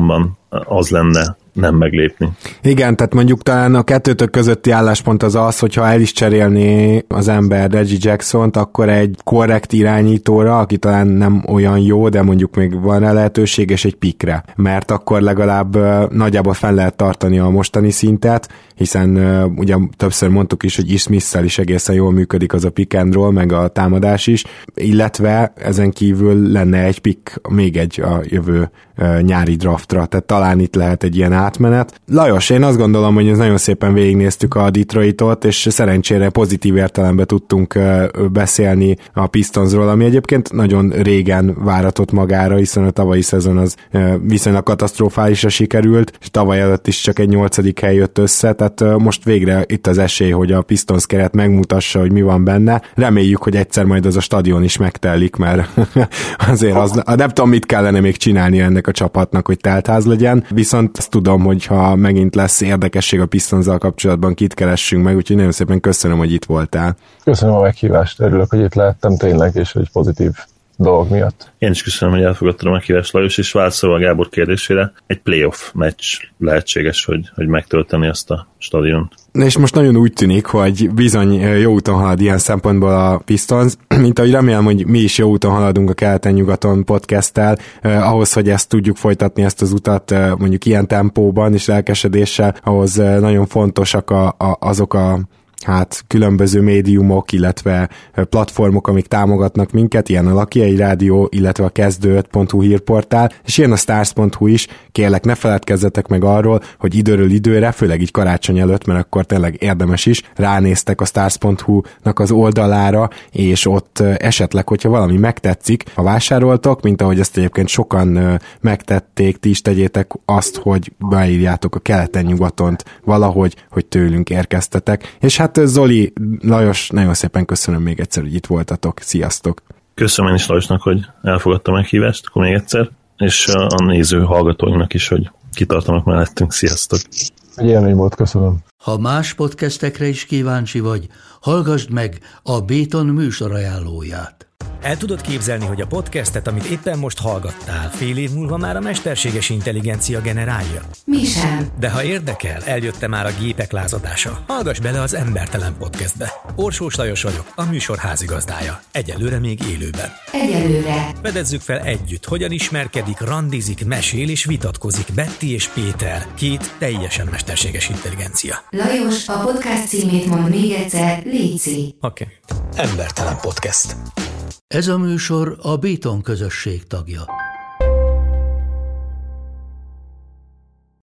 az lenne nem meglépni. Igen, tehát mondjuk talán a kettőtök közötti álláspont az az, hogyha el is cserélné az ember Reggie Jacksont, akkor egy korrekt irányítóra, aki talán nem olyan jó, de mondjuk még van rá lehetőség, és egy pikre. Mert akkor legalább uh, nagyjából fenn lehet tartani a mostani szintet, hiszen uh, ugye többször mondtuk is, hogy Smith-szel is egészen jól működik az a pick and roll, meg a támadás is, illetve ezen kívül lenne egy pick, még egy a jövő uh, nyári draftra, tehát talán itt lehet egy ilyen átmenet. Lajos, én azt gondolom, hogy ez nagyon szépen végignéztük a Detroitot, és szerencsére pozitív értelemben tudtunk uh, beszélni a Pistonsról, ami egyébként nagyon régen váratott magára, hiszen a tavalyi szezon az uh, viszonylag katasztrofálisra sikerült, és tavaly előtt is csak egy nyolcadik hely jött össze, tehát uh, most végre itt az esély, hogy a Pistons keret megmutassa, hogy mi van benne. Reméljük, hogy egyszer majd az a stadion is megtelik, mert azért az, nem tudom, mit kellene még csinálni ennek a csapatnak, hogy teltház legyen, viszont azt tudom, hogy ha megint lesz érdekesség a Pistonzzal kapcsolatban, kit keressünk meg, úgyhogy nagyon szépen köszönöm, hogy itt voltál. Köszönöm a meghívást, örülök, hogy itt lehettem tényleg, és hogy pozitív dolgok miatt. Én is köszönöm, hogy elfogadtam a meghívást, Lajos, és válaszolva a Gábor kérdésére, egy playoff meccs lehetséges, hogy, hogy megtölteni azt a stadiont. És most nagyon úgy tűnik, hogy bizony jó úton halad ilyen szempontból a Pistons, mint ahogy remélem, hogy mi is jó úton haladunk a Keleten-nyugaton podcasttel, eh, ahhoz, hogy ezt tudjuk folytatni, ezt az utat eh, mondjuk ilyen tempóban és lelkesedéssel, ahhoz eh, nagyon fontosak a, a, azok a hát különböző médiumok, illetve platformok, amik támogatnak minket, ilyen a Laki egy Rádió, illetve a kezdő öt pont hu hírportál, és ilyen a stars pont hu is. Kérlek, ne feledkezzetek meg arról, hogy időről időre, főleg így karácsony előtt, mert akkor tényleg érdemes is, ránéztek a stars pont hu-nak az oldalára, és ott esetleg, hogyha valami megtetszik, ha vásároltok, mint ahogy ezt egyébként sokan megtették, ti is tegyétek azt, hogy beírjátok a Keleten-nyugatont valahogy, hogy tőlünk érkeztetek. És hát Zoli, Lajos, nagyon szépen köszönöm még egyszer, hogy itt voltatok. Sziasztok! Köszönöm én is Lajosnak, hogy elfogadta a meghívást, akkor még egyszer, és a néző hallgatóinknak is, hogy kitartanak mellettünk. Sziasztok! Egy élmény volt, köszönöm. Ha más podcastekre is kíváncsi vagy, hallgassd meg a Béton műsor ajánlóját. El tudod képzelni, hogy a podcastet, amit éppen most hallgattál, fél év múlva már a mesterséges intelligencia generálja? Mi sem. De ha érdekel, eljött már a gépek lázadása. Hallgass bele az Embertelen podcastbe. Orsós Lajos vagyok, a műsor házigazdája. Egyelőre még élőben. Egyelőre. Fedezzük fel együtt, hogyan ismerkedik, randizik, mesél és vitatkozik Betty és Péter, két teljesen mesterséges intelligencia. Lajos, a podcast címét mond még egyszer, léci. Oké. Okay. Embertelen podcast. Ez a műsor a Béton közösség tagja.